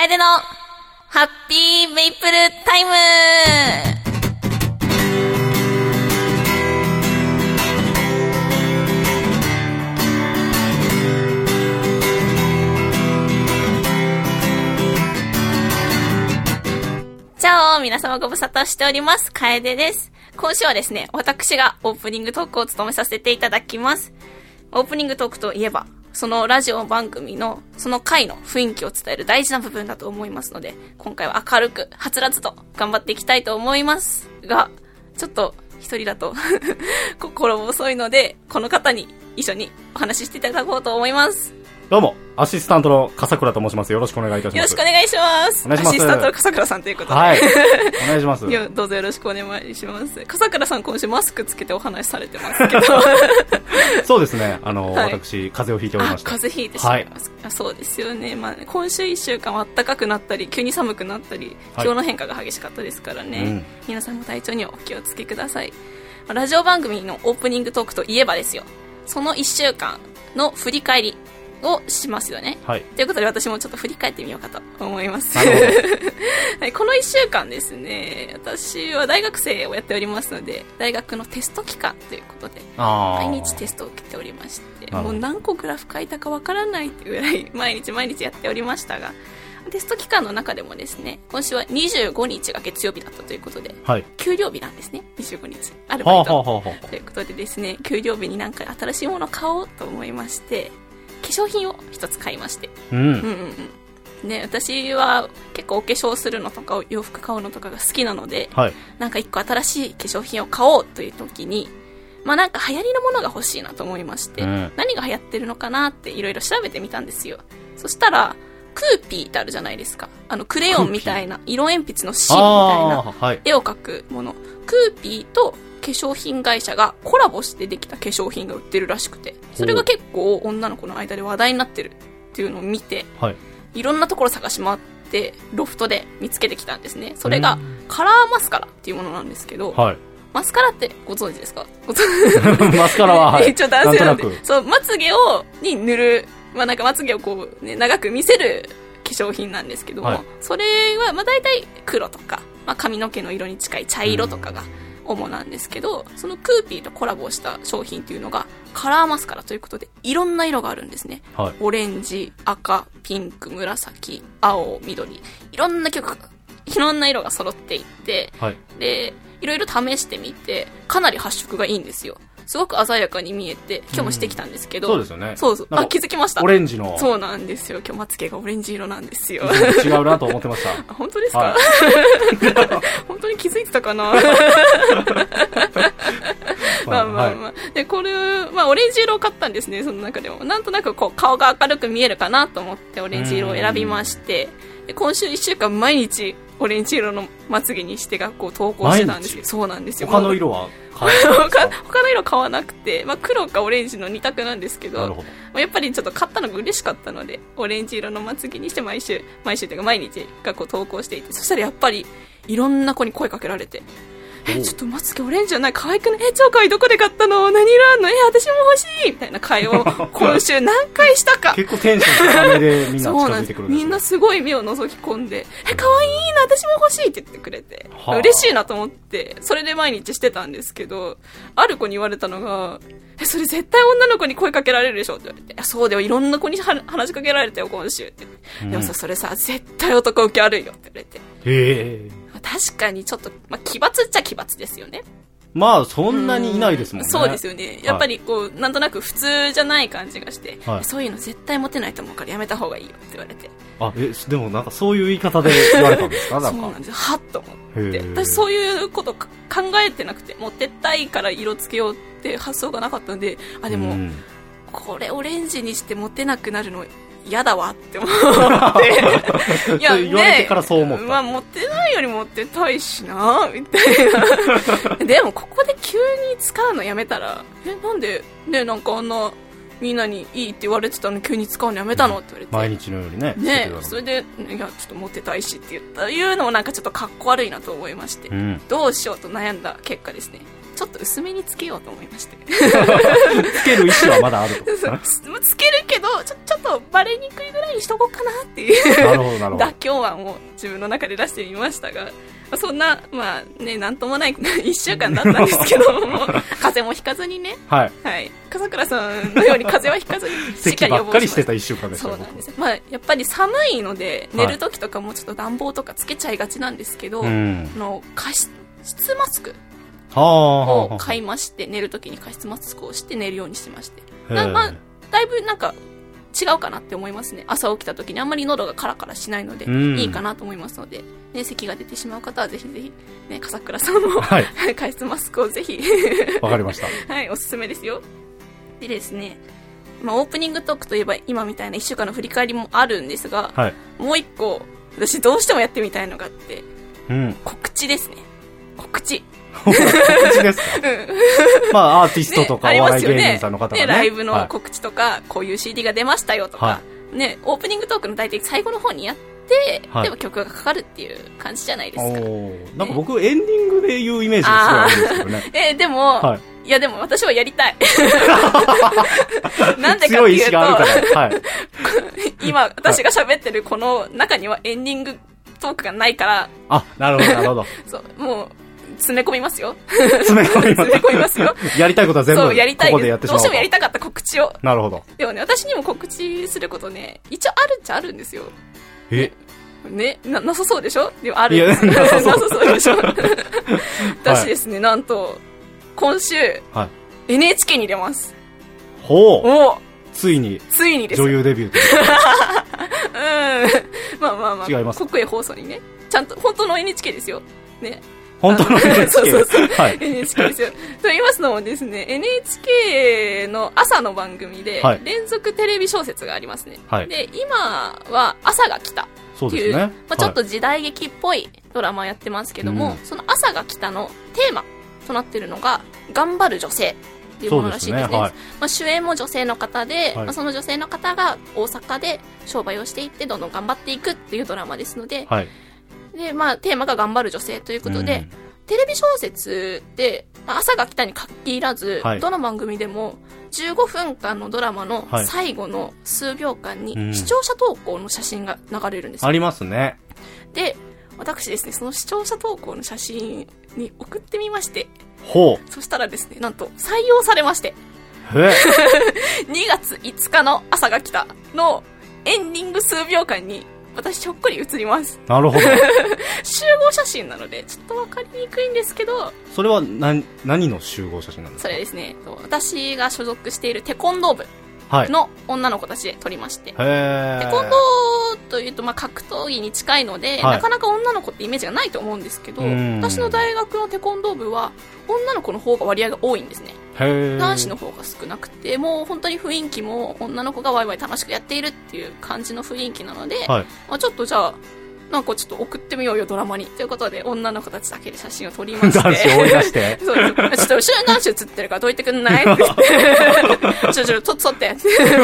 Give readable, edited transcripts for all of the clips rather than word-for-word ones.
楓のハッピーメイプルタイム。チャオ、皆様ご無沙汰しております。楓です。今週はですね、私がオープニングトークを務めさせていただきます。オープニングトークといえば、そのラジオ番組のその回の雰囲気を伝える大事な部分だと思いますので、今回は明るくはつらつと頑張っていきたいと思いますが、ちょっと一人だと心細いので、この方に一緒にお話ししていただこうと思います。 どうも、アシスタントの笠倉と申します。よろしくお願いいたします。 よろしくお願いします。 お願いします。 アシスタントの笠倉さんということで。はい。 お願いします。 どうぞよろしくお願いします。笠倉さん今週マスクつけてお話しされてますけど。 そうですね。 はい、 私、風邪をひいておりました。 風邪ひいてしまいます。はい、そうですよね。まあ、今週1週間は暖かくなったり、急に寒くなったり、気温の変化が激しかったですからね。皆さんも体調にお気をつけください。ラジオ番組のオープニングトークといえばですよ。その1週間の振り返りをしますよね。はい。ということで私もちょっと振り返ってみようかと思います。はい、この1週間ですね、私は大学生をやっておりますので、大学のテスト期間ということで、毎日テストを受けておりまして、もう何個グラフ書いたかわからないっていうぐらい毎日やっておりましたが、テスト期間の中でもですね、今週は25日が月曜日だったということで、はい、給料日なんですね。25日アルバイトということでですね、給料日になんか新しいものを買おうと思いまして、化粧品を一つ買いまして、で、私は結構お化粧するのとか洋服買うのとかが好きなので、はい、なんか一個新しい化粧品を買おうという時に、まあなんか流行りのものが欲しいなと思いまして、何が流行ってるのかなっていろいろ調べてみたんですよ。そしたらクーピーってあるじゃないですか。クレヨンみたいな色鉛筆の芯みたいな絵を描くもの、クーピーと化粧品会社がコラボしてできた化粧品が売ってるらしくて、それが結構女の子の間で話題になってるっていうのを見て、いろんなところ探し回ってロフトで見つけてきたんですね。それがカラーマスカラっていうものなんですけど、マスカラってご存知ですか？ マスカラは、はい、 一応男性なんで、そう、まつげに塗る、まあなんかまつげをこう、ね、長く見せる化粧品なんですけども、それはまあ大体黒とか、まあ、髪の毛の色に近い茶色とかが主なんですけど、そのクーピーとコラボした商品っていうのがカラーマスカラということで、いろんな色があるんですね。オレンジ、赤、ピンク、紫、青、緑、いろんな色が揃っていて、で、いろいろ試してみて、かなり発色がいいんですよ。すごく鮮やかに見えて、今日もしてきたんですけど、 そうですよね。 そう。気づきました。 オレンジの。 そうなんですよ。今日まつげがオレンジ色なんですよ。 違うなと思ってました。 本当ですか？本当に気づいてたかな？まあ。で、これ、まあ、オレンジ色を買ったんですね、その中でも。なんとなくこう、顔が明るく見えるかなと思って、オレンジ色を選びまして、で今週1週間毎日、オレンジ色のまつげにして学校投稿してたんですけど、そうなんですよ。 他の色は他の色買わなくて、まあ、黒かオレンジの2択なんですけど、まあ、やっぱりちょっと買ったのが嬉しかったので、オレンジ色のまつげにして毎週というか毎日学校投稿していて、そしたらやっぱりいろんな子に声かけられて、ちょっとまつげオレンジじゃない、可愛くない？超可愛い、どこで買ったの？何色あんの？私も欲しいみたいな会を今週何回したか。 結構テンション高めでみんな近づいてくるんです。 みんなすごい目を覗き込んで、可愛いな、私も欲しいって言ってくれて、嬉しいなと思って、それで毎日してたんですけど、ある子に言われたのが、それ絶対女の子に声かけられるでしょって言われて、そうだよ、いろんな子に話しかけられたよ今週って。でもさ、それさ、絶対男受け悪いよって言われて。確かにちょっと、まあ、奇抜っちゃ奇抜ですよね。 まあそんなにいないですもんね。 そうですよね。やっぱりこう、なんとなく普通じゃない感じがして、そういうの絶対モテないと思うからやめた方がいいよって言われて。 でもなんかそういう言い方で言われたんですか？ そうなんです。はっと思って。私そういうこと考えてなくて、モテたいから色つけようって発想がなかったんで、でも、これオレンジにしてモテなくなるの嫌だわって思っていや、 言われてからそう思った。 まあ、モテないよりモテたいしなみたいな。でもここで急に使うのやめたら、なんでね、なんかあんなみんなにいいって言われてたのに急に使うのやめたのって言われて、 毎日のようにね。 それで、いやちょっとモテたいしっていうのもなんかちょっとかっこ悪いなと思いまして、どうしようと悩んだ結果ですね、 ちょっと薄めにつけようと思いましてつける意思はまだあるとつけるけどちょっとバレにくいぐらいにしとこうかなっていうなるほどなるほど妥協案を自分の中で出してみましたが、そんなまあねなんともない1週間だったんですけども風邪もひかずにね、 はい、 はい、笠倉さんのように風邪はひかずにしっかり予防しました。 咳ばっかりしてた1週間でした。 そうなんです。まあやっぱり寒いので寝る時とかもちょっと暖房とかつけちゃいがちなんですけど、加湿マスクを買いまして、寝る時に加湿マスクをして寝るようにしてまして、まあだいぶなんか違うかなって思いますね。朝起きた時にあんまり喉がカラカラしないのでいいかなと思いますので、ね、咳が出てしまう方はぜひぜひ、ね、笠倉さんも、はい、加湿マスクをぜひわかりましたはい、おすすめですよ。でですね、まあ、オープニングトークといえば今みたいな1週間の振り返りもあるんですが、はい、もう一個私どうしてもやってみたいのがあって、告知ですね。告知告知ですか、まあアーティストとかお笑い芸人さんの方がね、 ライブの告知とか、こういう CD が出ましたよとか、ね、オープニングトークの大体最後の方にやって、でも曲がかかるっていう感じじゃないですか。 なんか僕エンディングで言うイメージがすごいあるんですけどね。 でも、いやでも私はやりたいなんでかっていうと強い意志があるから、 今私が喋ってるこの中にはエンディングトークがないから、 なるほどなるほどそう、もう詰め込みますよ。 詰め込みますよ。 やりたいことは全部ここでやってしまう。 どうしてもやりたかった告知を。 なるほど。 でもね、私にも告知することね、一応あるっちゃあるんですよ。ね、なさそうでしょ？でもある。なさそうでしょ？私ですね、なんと、今週、NHK に出ます。 ほう。ついにです女優デビューというまあ違います。 国営放送にね、ちゃんと本当の NHK ですよ。ね。 本当の NHK そう、NHK ですよ。と言いますのもですね、NHK の朝の番組で連続テレビ小説がありますね。で、今は朝が来たっていう、まあ、ちょっと時代劇っぽいドラマをやってますけども、その朝が来たのテーマとなっているのが頑張る女性っていうものらしいですね。まあ、主演も女性の方で、まあ、その女性の方が大阪で商売をしていってどんどん頑張っていくっていうドラマですので、で、まあ、テーマが頑張る女性ということで、テレビ小説で、まあ、朝が来たに限らず、どの番組でも15分間のドラマの最後の数秒間に視聴者投稿の写真が流れるんですよ。 ありますね。 で、私ですね、その視聴者投稿の写真に送ってみまして、そしたらですね、なんと採用されまして、2月5日の朝が来たのエンディング数秒間に私ちょっくり写ります。 なるほど。 集合写真なのでちょっと分かりにくいんですけど、 それは何の集合写真なんですか？ それですね、私が所属しているテコンドー部の女の子たちで撮りまして、テコンドーというとまあ格闘技に近いので、なかなか女の子ってイメージがないと思うんですけど、私の大学のテコンドー部は女の子の方が割合が多いんですね。男子の方が少なくて、もう本当に雰囲気も女の子がワイワイ楽しくやっているっていう感じの雰囲気なので、まあ、ちょっとじゃあなんかちょっと送ってみようよドラマにということで女の子たちだけで写真を撮りまして、 男子追い出してそうちょっと後ろに男子写ってるからどいてくんないって言ってちょっと撮って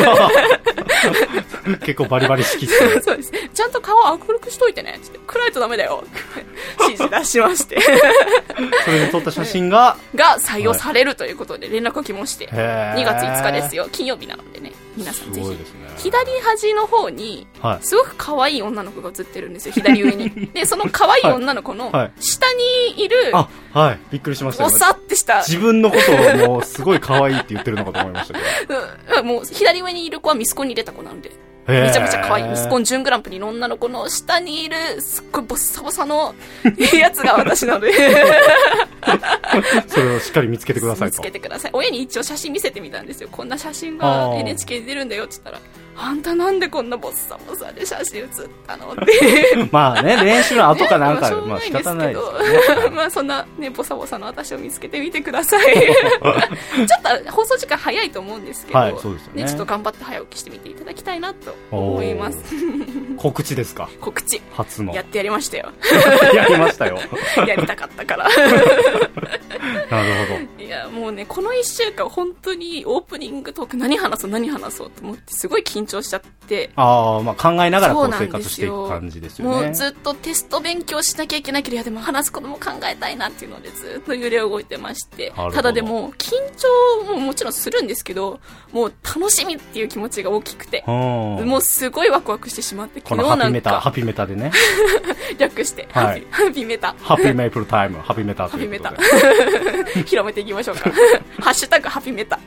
結構バリバリ式してそうです、ちゃんと顔明るくしといてねって暗いとダメだよって指示出しましてそれで撮った写真が採用されるということで連絡が来まして、2月5日ですよ、金曜日なのでね、皆さんぜひ、左端の方にすごく可愛い女の子が写ってるんですよ、左上にでその可愛い女の子の下にいる、 びっくりしましたぼさってした自分のことをもうすごい可愛いって言ってるのかと思いましたけどもう左上にいる子はミスコンに入れた子なんでめちゃめちゃ可愛いミスコン準グランプリの女の子の下にいるすっごいボッサボサのやつが私なのでそれをしっかり見つけてくださいと。 見つけてください。親に一応写真見せてみたんですよ。こんな写真が NHK に出るんだよって言ったら、あんたなんでこんなボッサボサで写真写ったのってまあね、練習の後かなんかで、まあ仕方ないですけどねまあそんなねボサボサの私を見つけてみてくださいちょっと放送時間早いと思うんですけど、 はい、そうですよね。 ちょっと頑張って早起きしてみていただきたいなと思います。 告知ですか？ 告知。 初の。 やってやりましたよ。 やりましたよ。 やりたかったから。 なるほど。 いや、もうね、この1週間本当にオープニングトーク何話そうと思ってすごい緊張しちゃって。 ああ、まあ考えながらこう生活していく感じですよね。 もうずっとテスト勉強しなきゃいけないけど、いやでも話すことも考えたいなっていうのでずっと揺れ動いてまして。ただでも、緊張ももちろんするんですけど、もう楽しみっていう気持ちが大きくて、もうすごいワクワクしてしまって、 このハピメタでね。 略して、 はい、 ハピメタ。 ハッピーメイプルタイム、ハピメタということで。 ハピメタ。広めていきましょうか。ハッシュタグハピメタ。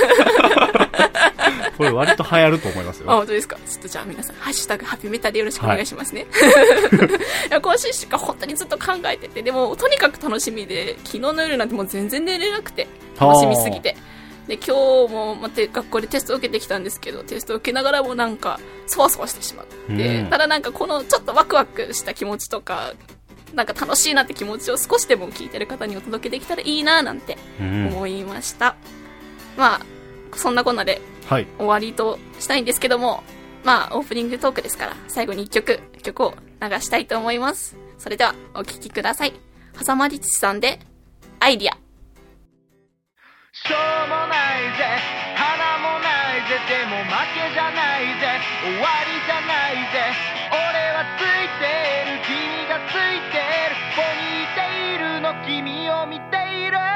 これ割と流行ると思いますよ。 あ、本当ですか。ちょっとじゃあ皆さん、ハッシュタグハピメタでよろしくお願いしますね。いや、今週しか本当にずっと考えてて、でもとにかく楽しみで、昨日の夜なんてもう全然寝れなくて、楽しみすぎて。で、今日も学校でテストを受けてきたんですけど、テストを受けながらもなんか、そわそわしてしまって、ただなんかこのちょっとワクワクした気持ちとか、なんか楽しいなって気持ちを少しでも聞いてる方にお届けできたらいいななんて思いました。まあ、そんなこんなで終わりとしたいんですけども、まあ、オープニングトークですから、最後に曲を流したいと思います。それでは、お聴きください。はさまりちさんで、アイディア。 しょうもないぜ、花もないぜ、でも負けじゃないぜ、終わりじゃないぜ、俺はついてる、君がついてる、ここにいているの、君を見ている。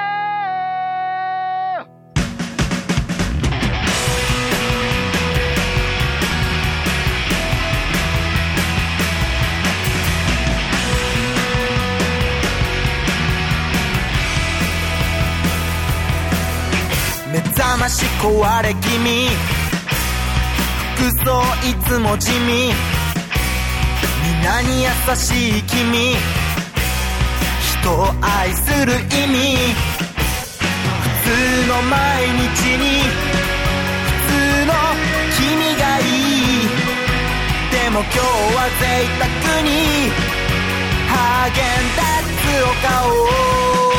目覚まし壊れ気味、服装いつも地味、皆に優しい君、人を愛する意味、普通の毎日に普通の君がいい。でも今日は贅沢にハーゲンダッツを買おう。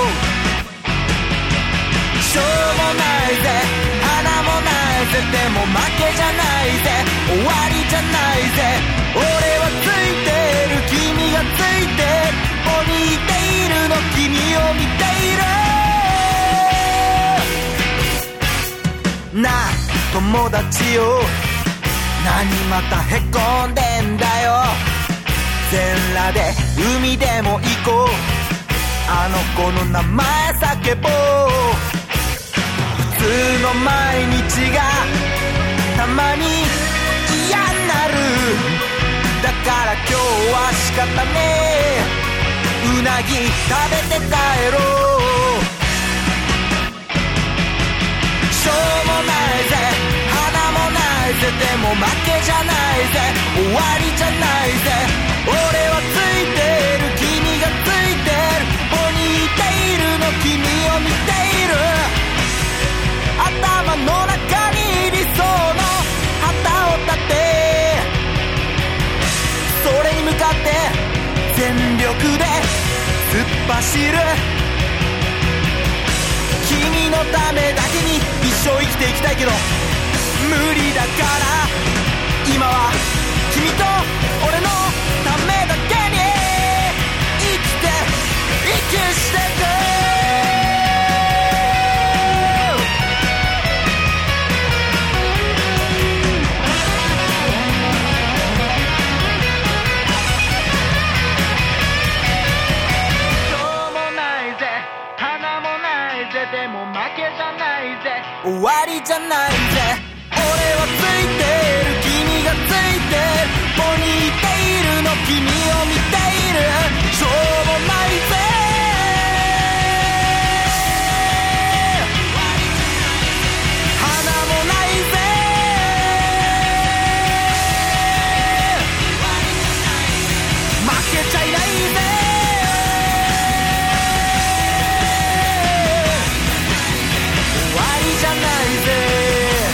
しょうもないぜ、花もないぜ、でも負けじゃないぜ、終わりじゃないぜ、俺はついてる、君がついてる、ここにいているの、君を見ている。なあ友達よ、何またへこんでんだよ。全裸で海でも行こう、あの子の名前叫ぼう。普通の毎日がたまに嫌になる。だから今日は仕方ねえ、うなぎ食べて帰ろう。しょうもないぜ、花もないぜ、でも負けじゃないぜ、終わりじゃないぜ、俺はついてる、君がついてる、ここにいているの、君を見ている。頭の中に理想の旗を立て、それに向かって全力で突っ走る。君のためだけに一生生きていきたいけど無理だから、今は君と俺のためだけに生きて息してく。でも負けじゃないぜ、終わりじゃないぜ、俺はついてる、君がついてる、ここにいているの、君を見ている。しょうもないぜ、花もないぜ、負けちゃいないぜ。じゃないぜ、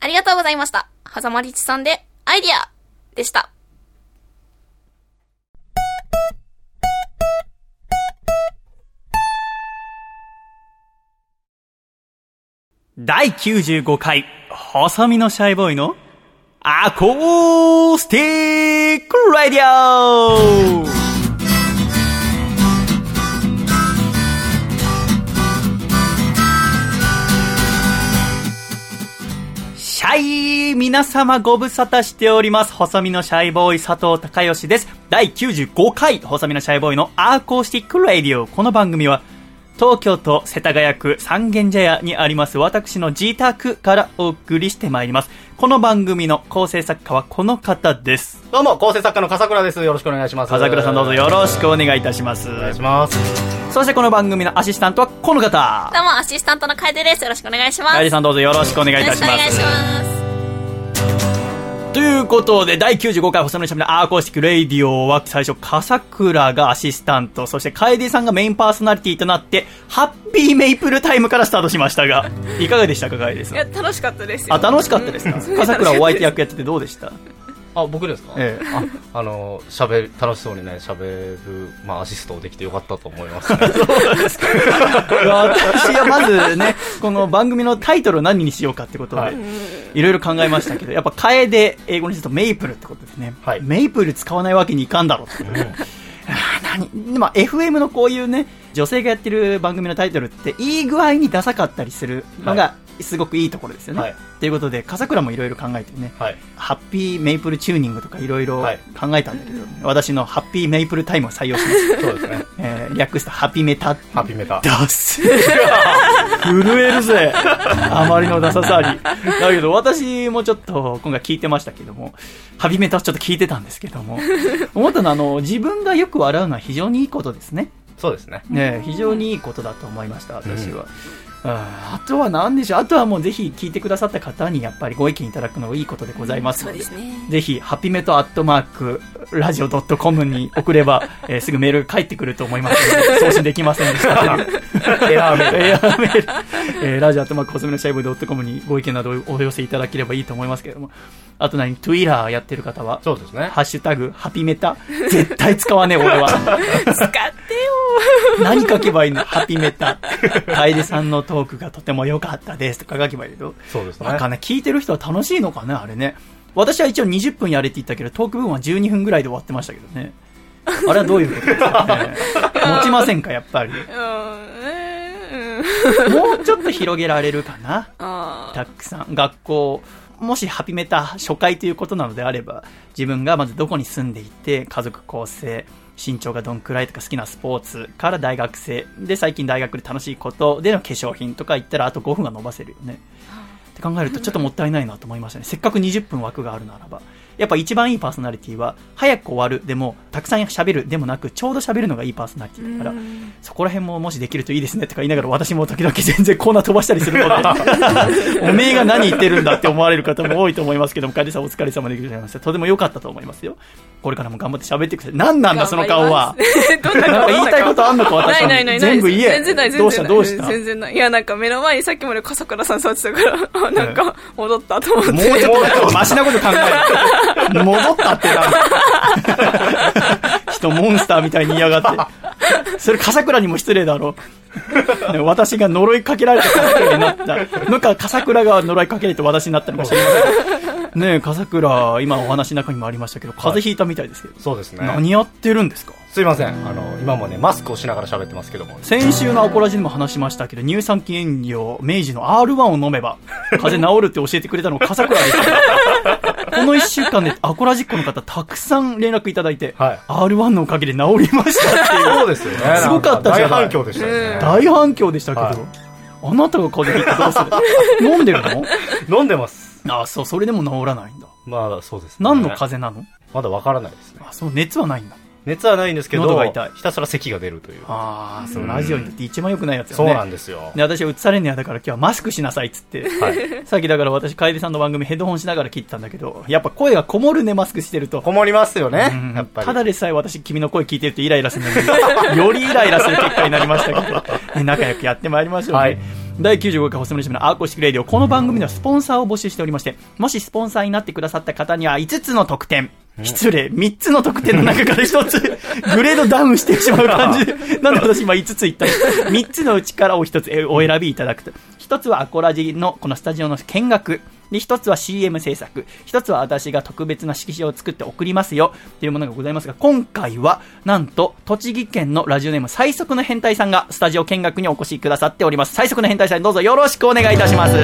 ありがとうございました。狭間律さんでアイディアでした。 第95回、細身のシャイボーイのアコースティックラディオ。シャイ皆様ご無沙汰しております。細身のシャイボーイ佐藤孝義です。第95回細身のシャイボーイのアコースティックラディオ。この番組は東京都世田谷区三軒茶屋にあります私の自宅からお送りしてまいります。この番組の構成作家はこの方です。 どうも構成作家の笠倉です。よろしくお願いします。 笠倉さんどうぞよろしくお願いいたします。 お願いします。 そしてこの番組のアシスタントはこの方。 どうもアシスタントの楓です。よろしくお願いします。 楓さんどうぞよろしくお願いいたします。 よろしくお願いします。 ということで第95回細身のシャイボーイのアコースティックレイディオは最初笠倉がアシスタント、そして楓さんがメインパーソナリティとなってハッピーメイプルタイムからスタートしましたが、いかがでしたか楓さん。 いや楽しかったですよ。 あ、楽しかったですか。笠倉お相手役やっててどうでした。 あ、僕ですか。 ええ、 楽しそうにね喋る、アシストできてよかったと思います、ね。 そうですか。私はまずね、この番組のタイトルを何にしようかってことで、いろいろ考えましたけど、やっぱ楓、英語にするとメイプルってことですね。はい、メイプル使わないわけにいかんだろうってことで。FM のこういうね、女性がやってる番組のタイトルっていい具合にダサかったりするのがすごくいいところですよね。はい、ということで笠倉もいろいろ考えてね、はい、ハッピーメイプルチューニングとかいろいろ考えたんだけど、私のハッピーメイプルタイムを採用しました。そうですね。略すとハピメタ。 ハピメタ。 ダス。震えるぜ。あまりのダサさに。だけど私もちょっと今回聞いてましたけども、ハピメタをちょっと聞いてたんですけども、思ったのは自分がよく笑うのは非常にいいことですね。 そうですね。 非常にいいことだと思いました私は。あとは何でしょう。あとはもうぜひ聞いてくださった方にやっぱりご意見いただくのがいいことでございますので、そうですね、ぜひハピメト@radio.com に送れば、すぐメール返ってくると思いますので送信できませんでしたエアーメール、ラジオ@細身のシャイボーイ.com にご意見などをお寄せいただければいいと思いますけれども、あとTwitter やってる方は、 そうですね、 ハッシュタグハピメタ絶対使わねえ俺は使ってよ何書けばいいの。ハピメタ楓さんのトークがとても良かったですとか書けばいいけど、 そうですね、 なんかね、聞いてる人は楽しいのかねあれね。私は一応20分やれって言ったけどトーク分は12分ぐらいで終わってましたけどね。あれはどういうことですかね。持ちませんかやっぱり。もうちょっと広げられるかな。たくさん学校、もしハピメタ初回ということなのであれば、自分がまずどこに住んでいて、家族構成、身長がどんくらいとか好きなスポーツから大学生で最近大学で楽しいことでの化粧品とか言ったらあと5分が伸ばせるよねって考えるとちょっともったいないなと思いましたね。せっかく20分枠があるならばやっぱ一番いいパーソナリティは早く終わるでもたくさん喋るでもなくちょうど喋るのがいいパーソナリティだから、そこら辺ももしできるといいですねとか言いながら私も時々全然コーナー飛ばしたりするのでおめえが何言ってるんだって思われる方も多いと思いますけども、楓さんお疲れ様でございました。とても良かったと思いますよ。これからも頑張って喋ってください。何なんだその顔は。なんか言いたいことあんのか私は。 ない全部言え。 全然ない。 どうした全然ない。いやなんか目の前にさっきまで笠倉さん座ってたからなんか戻ったと思って。 もうちょっとマシなこと考える。戻ったってなん人モンスターみたいに言いやがってそれ笠倉にも失礼だろ私が呪いかけられた笠倉になったのか笠倉が呪いかけられて私になったのか知りませんねえ。笠倉今お話の中にもありましたけど風邪ひいたみたいですけど、 そうですね。 何やってるんですか。 すいません、今もねマスクをしながら喋ってますけども、 先週のアコラジでも話しましたけど乳酸菌飲料明治の R1 を飲めば風邪治るって教えてくれたのが笠倉ですこの1週間でアコラジッコの方たくさん連絡いただいて、はい、R1 のおかげで治りましたっていう。 そうですよね。 すごかったじゃない。 大反響でしたよね。 大反響でしたけど、はい、あなたが風邪ひいてどうする飲んでるの。 飲んでます。 あ、そう、それでも治らないんだ。 まあそうですね。 何の風邪なの。 まだわからないですね。 あ、そう、熱はないんだ。 熱はないんですけど喉が痛い、 ひたすら咳が出るという。 ああ、そのラジオにとって一番良くないやつよね。 そうなんですよ。 で、私は映されんのやだから今日はマスクしなさいっつって、はい、さっきだから私楓さんの番組ヘッドホンしながら聞いてたんだけど、やっぱ声がこもるね。マスクしてるとこもりますよね、やっぱり。 ただでさえ私君の声聞いてるとイライラするのによりイライラする結果になりましたけど仲良くやってまいりましょうね、はい。 第95回ホストのアーコシックレディオ。この番組ではスポンサーを募集しておりまして、もしスポンサーになってくださった方には5つの特典、失礼、3つの特典の中から1つグレードダウンしてしまう感じで、なんで私今5つ言ったの。3つのうちからお1つお選びいただくと。1つはアコラジのこのスタジオの見学で、1つは CM 制作、1つは私が特別な色紙を作って送りますよというものがございますが、今回はなんと栃木県のラジオネーム最速の変態さんがスタジオ見学にお越しくださっております。最速の変態さん、どうぞよろしくお願いいたします。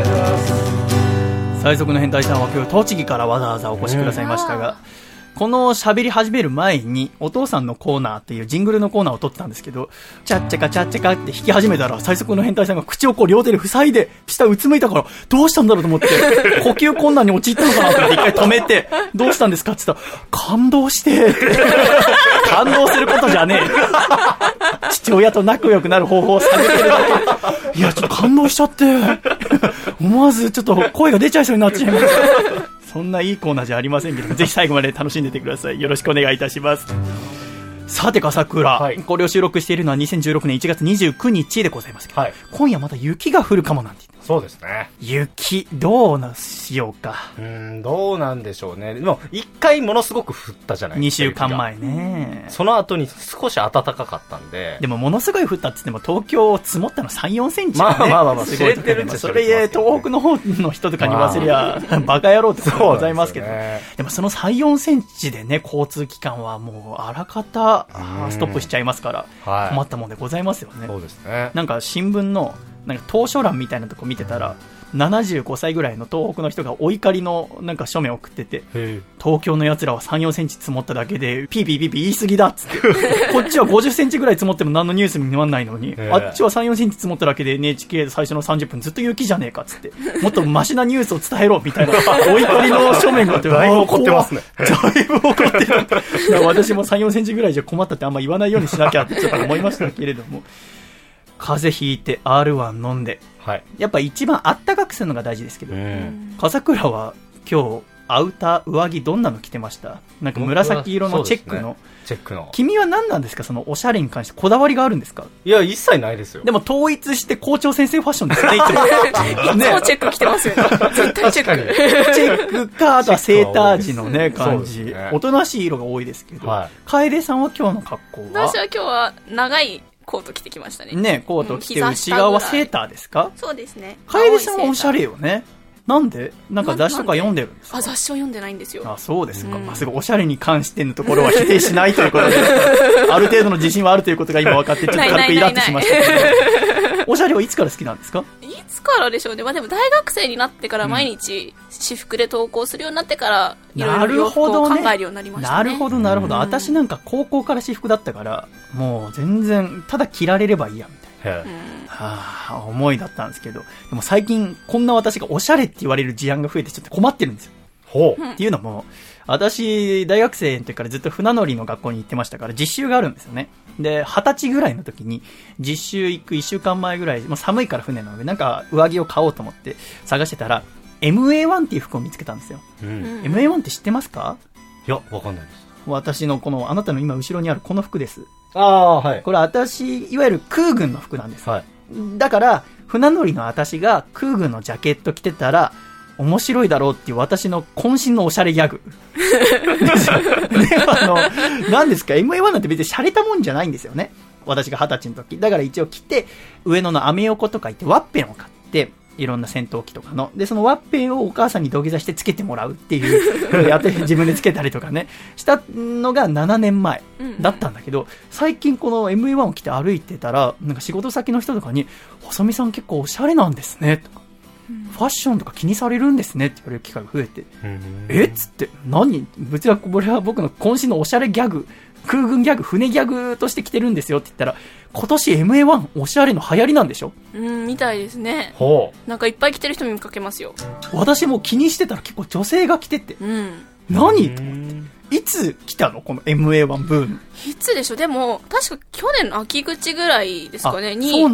最速の変態さんは今日栃木からわざわざお越しくださいましたが、この喋り始める前にお父さんのコーナーっていうジングルのコーナーを撮ってたんですけど、チャッチャカチャッチャカって弾き始めたら最速の変態さんが口をこう両手で塞いで下うつむいたから、どうしたんだろうと思って呼吸困難に陥ったのかなと思って一回止めて、どうしたんですかって言ったら、感動して感動することじゃねえ、父親と仲良くなる方法を探ってるだけ。いやちょっと感動しちゃって思わずちょっと声が出ちゃいそうになっちゃいました。そんないいコーナーじゃありませんけど、ぜひ最後まで楽しんでてください。よろしくお願いいたします。さて笠倉、はい、これを収録しているのは2016年1月29日でございますけど、はい、今夜また雪が降るかもなんて言って。 そうですね。 雪どうなしようか。 どうなんでしょうね。でも一回ものすごく降ったじゃないですか。 2週間前ね。 その後に少し暖かかったんで。 でもものすごい降ったって言っても東京積もったの 3,4 センチ、ね、 まあすごいとか、それ東北の方の人とかに言わせりゃ、バカ野郎ってことでございますけど、でもその 3,4 センチでね、交通機関はもうあらかたストップしちゃいますから、困ったもんでございますよね。 そうですね。 なんか新聞のなんか当初欄みたいなとこ見てたら、75歳ぐらいの東北の人がお怒りのなんか書面を送ってて、東京のやつらは 3,4 センチ積もっただけでピーピーピーピー言い過ぎだっつってこっちは50センチぐらい積もっても何のニュースにならないのに、あっちは 3,4 センチ積もっただけで NHK 最初の30分ずっと雪じゃねえかっつって、もっとマシなニュースを伝えろみたいなお怒りの書面があって、 だいぶ怒ってますね。 だいぶ怒ってる私も 3,4 センチぐらいじゃ困ったってあんま言わないようにしなきゃってちょっと思いましたけれども、風邪ひいて R1 飲んで、はい、やっぱ一番あったかくするのが大事ですけど、笠倉は今日アウター上着どんなの着てました？なんか紫色のチェックの、 チェックの。 君は何なんですか？そのおしゃれに関してこだわりがあるんですか？ いや一切ないですよ。 でも統一して校長先生ファッションですね。いつもチェック着てますよね。絶対チェック。 チェックか、あとはセーター地のね感じ、おとなしい色が多いですけど、楓さんは今日の格好は？ 私は今日は長いコート着てきましたね。 ね、コート着て内側はセーターですか？ そうですね。 楓さんはおしゃれよね。なんで？なんか雑誌とか読んでるんですか？ 雑誌を読んでないんですよ。 あ、そうですか。すごいおしゃれに関してのところは否定しないということである程度の自信はあるということが今分かってちょっと軽くイラッとしましたけどおしゃれはいつから好きなんですか？ いつからでしょうね。まあでも大学生になってから毎日私服で投稿するようになってからいろいろ洋服を考えるようになりましたね。 なるほどなるほど。私なんか高校から私服だったからもう全然ただ着られればいいやみたいな思いだったんですけど、でも最近こんな私がおしゃれって言われる事案が増えてちょっと困ってるんですよ。ほう。っていうのも私大学生の時からずっと船乗りの学校に行ってましたから実習があるんですよね。で20歳ぐらいの時に実習行く1週間前ぐらい、もう寒いから船なのでなんか上着を買おうと思って探してたら MA1 っていう服を見つけたんですよ、MA1 って知ってますか？ いやわかんないです。 私のこのあなたの今後ろにあるこの服です。 はい。 これ私いわゆる空軍の服なんです、はい、だから船乗りの私が空軍のジャケット着てたら面白いだろうっていう私の渾身のおしゃれギャグで何ですか MA1 なんて別に洒落たもんじゃないんですよね。私が20歳の時だから一応着て上野のアメ横とか行ってワッペンを買っていろんな戦闘機とかのでそのワッペンをお母さんに土下座してつけてもらうっていうやって自分でつけたりとかねしたのが7年前だったんだけど、最近この MA1 を着て歩いてたらなんか仕事先の人とかに細見さん結構おしゃれなんですねとかファッションとか気にされるんですねって言われる機会が増えて、っつって何別にこれは僕の渾身のおしゃれギャグ空軍ギャグ船ギャグとして着てるんですよって言ったら今年 MA1 おしゃれの流行りなんでしょ？ みたいですね。 ほう。 なんかいっぱい着てる人見かけますよ。 私も気にしてたら結構女性が着てて、何と思っていつ来たのこの MA1 ブーム？ いつでしょ？でも確か去年の秋口ぐらいですかねにそうなんだ。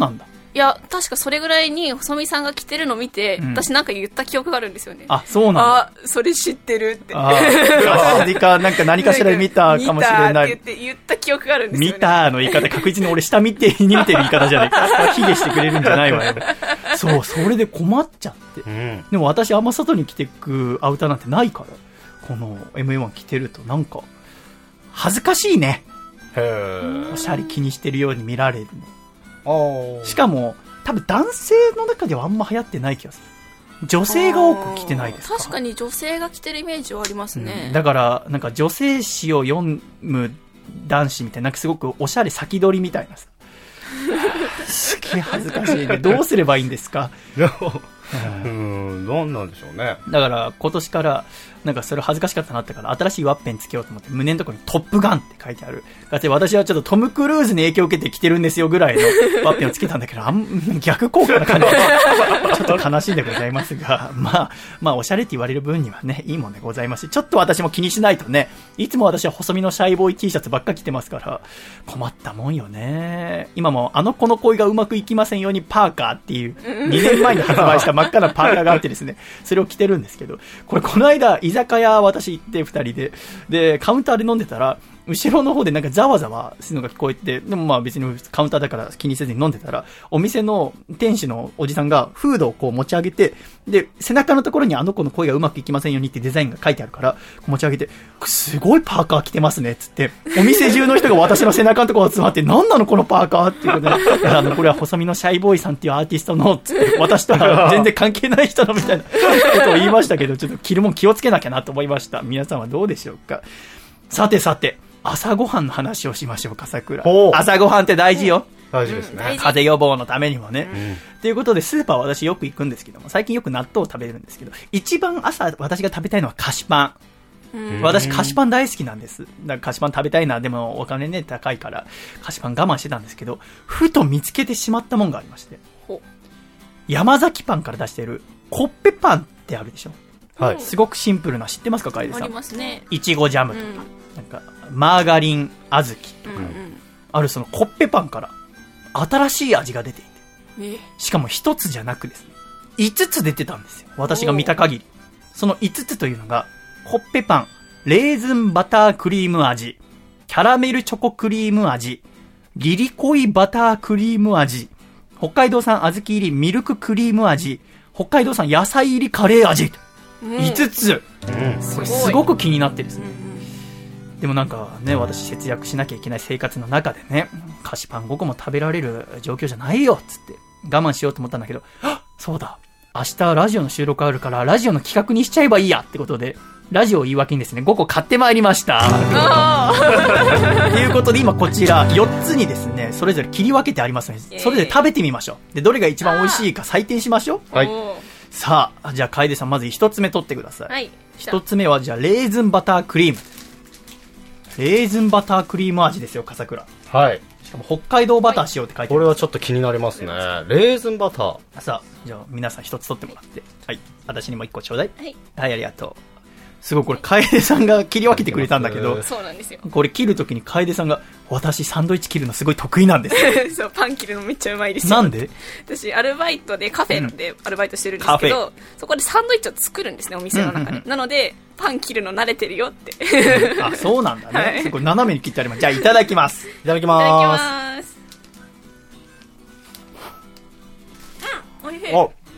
いや、確かそれぐらいに細見さんが着てるのを見て、私なんか言った記憶があるんですよね。 あ、そうなんだ。 あ、それ知ってるって。 なんか何かしら見たかもしれない。 って言った記憶があるんですよね。 見たの言い方、確実に俺下見てる言い方じゃないか。卑下してくれるんじゃないわよ。そう、それで困っちゃって。でも私あんま外に着てくアウターなんてないから、この MA1 着てるとなんか、恥ずかしいね。おしゃれ気にしてるように見られるの。しかも多分男性の中ではあんま流行ってない気がする。女性が多く着てないですか？ 確かに女性が着てるイメージはありますね。 だからなんか女性誌を読む男子みたいな、なんかすごくおしゃれ先取りみたいなさすげえ恥ずかしいね。どうすればいいんですか？ どうなんでしょうね。 だから今年からなんかそれ恥ずかしかったなってから新しいワッペンつけようと思って胸のところにトップガンって書いてある。だって私はちょっとトム・クルーズに影響を受けて着てるんですよぐらいのワッペンをつけたんだけど、逆効果な感じでちょっと悲しいんでございますが、まあおしゃれって言われる分にはね、いいもんでございますし、ちょっと私も気にしないとね、いつも私は細身のシャイボーイ T シャツばっか着てますから困ったもんよね。今もこの恋がうまくいきませんようにパーカーっていう2年前に発売した真っ赤なパーカーがあってですね、それを着てるんですけど、この間居酒屋私行って2人でカウンターで飲んでたら、後ろの方でなんかざわざわするのが聞こえて、でもまあ別にカウンターだから気にせずに飲んでたら、お店の店主のおじさんがフードをこう持ち上げて、で背中のところにあの子の恋がうまくいきませんようにってデザインが書いてあるから持ち上げて、すごいパーカー着てますねっつって、お店中の人が私の背中のところ集まって、何なのこのパーカーっていうことで、これは細身のシャイボーイさんっていうアーティストのつって、私とは全然関係ない人のみたいなことを言いましたけど、ちょっと着るもん気をつけなきゃなと思いました。皆さんはどうでしょうか？さて朝ごはんの話をしましょうか、桜。朝ごはんって大事よ。 大事ですね。 風邪予防のためにもね。ということで、スーパーは私よく行くんですけども、最近よく納豆を食べるんですけど、一番朝私が食べたいのは菓子パン。私菓子パン大好きなんです。だから菓子パン食べたいな、でもお金ね、高いから菓子パン我慢してたんですけど、ふと見つけてしまったもんがありまして。山崎パンから出しているコッペパンってあるでしょ。はい。すごくシンプルな、知ってますか、楓さん？ ありますね。 いちごジャムとか、なんかマーガリン小豆とか、あるそのコッペパンから新しい味が出ていて、しかも一つじゃなくですね、5つ出てたんですよ、私が見た限り。その5つというのが、コッペパン、レーズンバタークリーム味、キャラメルチョコクリーム味、リリコイバタークリーム味、北海道産小豆入りミルククリーム味、北海道産野菜入りカレー味、5つ、これすごく気になってですね。でもなんかね、私節約しなきゃいけない生活の中でね、菓子パン5個も食べられる状況じゃないよっつって我慢しようと思ったんだけど、そうだ、明日ラジオの収録あるからラジオの企画にしちゃえばいいやってことで、ラジオを言い訳にですね、5個買ってまいりましたということで、今こちら4つにですね、それぞれ切り分けてありますので、それぞれ食べてみましょう。でどれが一番美味しいか採点しましょう。はい。さあ、じゃあ楓さんまず1つ目取ってください。はい。1つ目はじゃあレーズンバタークリーム。レーズンバタークリーム味ですよ、笠倉。はい。しかも北海道バター使用って書いてある。 これはちょっと気になりますね。レーズンバター。 さあ、じゃあ皆さん一つ取ってもらって。はい。私にも一個ちょうだい。はい。はい、ありがとう。すごい、これ楓さんが切り分けてくれたんだけど、 そうなんですよ。 これ切るときに楓さんが、私サンドイッチ切るのすごい得意なんですそう、パン切るのめっちゃうまいですよ。 なんで？ 私アルバイトでカフェでアルバイトしてるんですけど、そこでサンドイッチを作るんですね、お店の中で。なのでパン切るの慣れてるよってあ、そうなんだね、はい、これ斜めに切ってあります。じゃあいただきます。 いただきます。いただきます。 おいしい。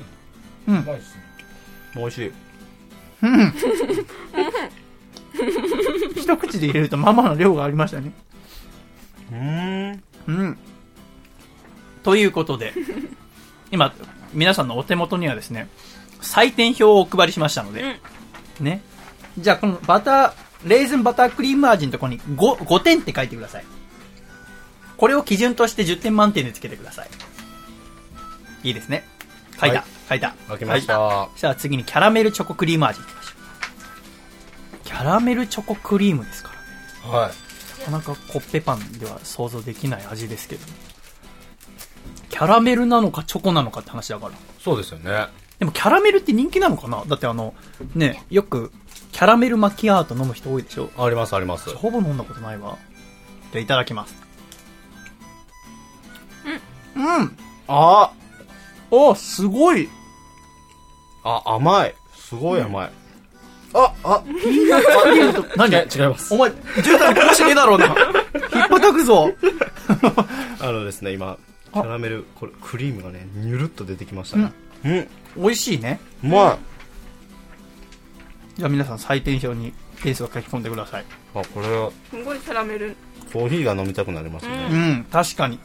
おいしい。 一口で入れるとママの量がありましたね。ということで今皆さんのお手元にはですね、採点表をお配りしましたので、ね、じゃあこのレーズンバタークリーム味のところに 5点って書いてください。これを基準として10点満点でつけてください。いいですね。書いた、はい、書いた。 書きました。 はい、じゃあ次にキャラメルチョコクリーム味いきましょう。キャラメルチョコクリームですからね。はい。なかなかコッペパンでは想像できない味ですけど、キャラメルなのかチョコなのかって話だから。 そうですよね。 でもキャラメルって人気なのかな。だってね、よくキャラメルマキアート飲む人多いでしょ。 ありますあります。 ほぼ飲んだことないわ。じゃあいただきます。 お、すごい。 甘い。すごい甘い。 ピーナッツクリームと、何？ 違います。 お前、絨毯こぼしてねえだろうな。ひっぱたくぞ。 ですね、今、キャラメル、これ、クリームがね、ニュルっと出てきましたね。 美味しいね。 うまい。 じゃあ皆さん採点表にペースを書き込んでください。 これは、 すごいキャラメル。 コーヒーが飲みたくなりますね。確かに。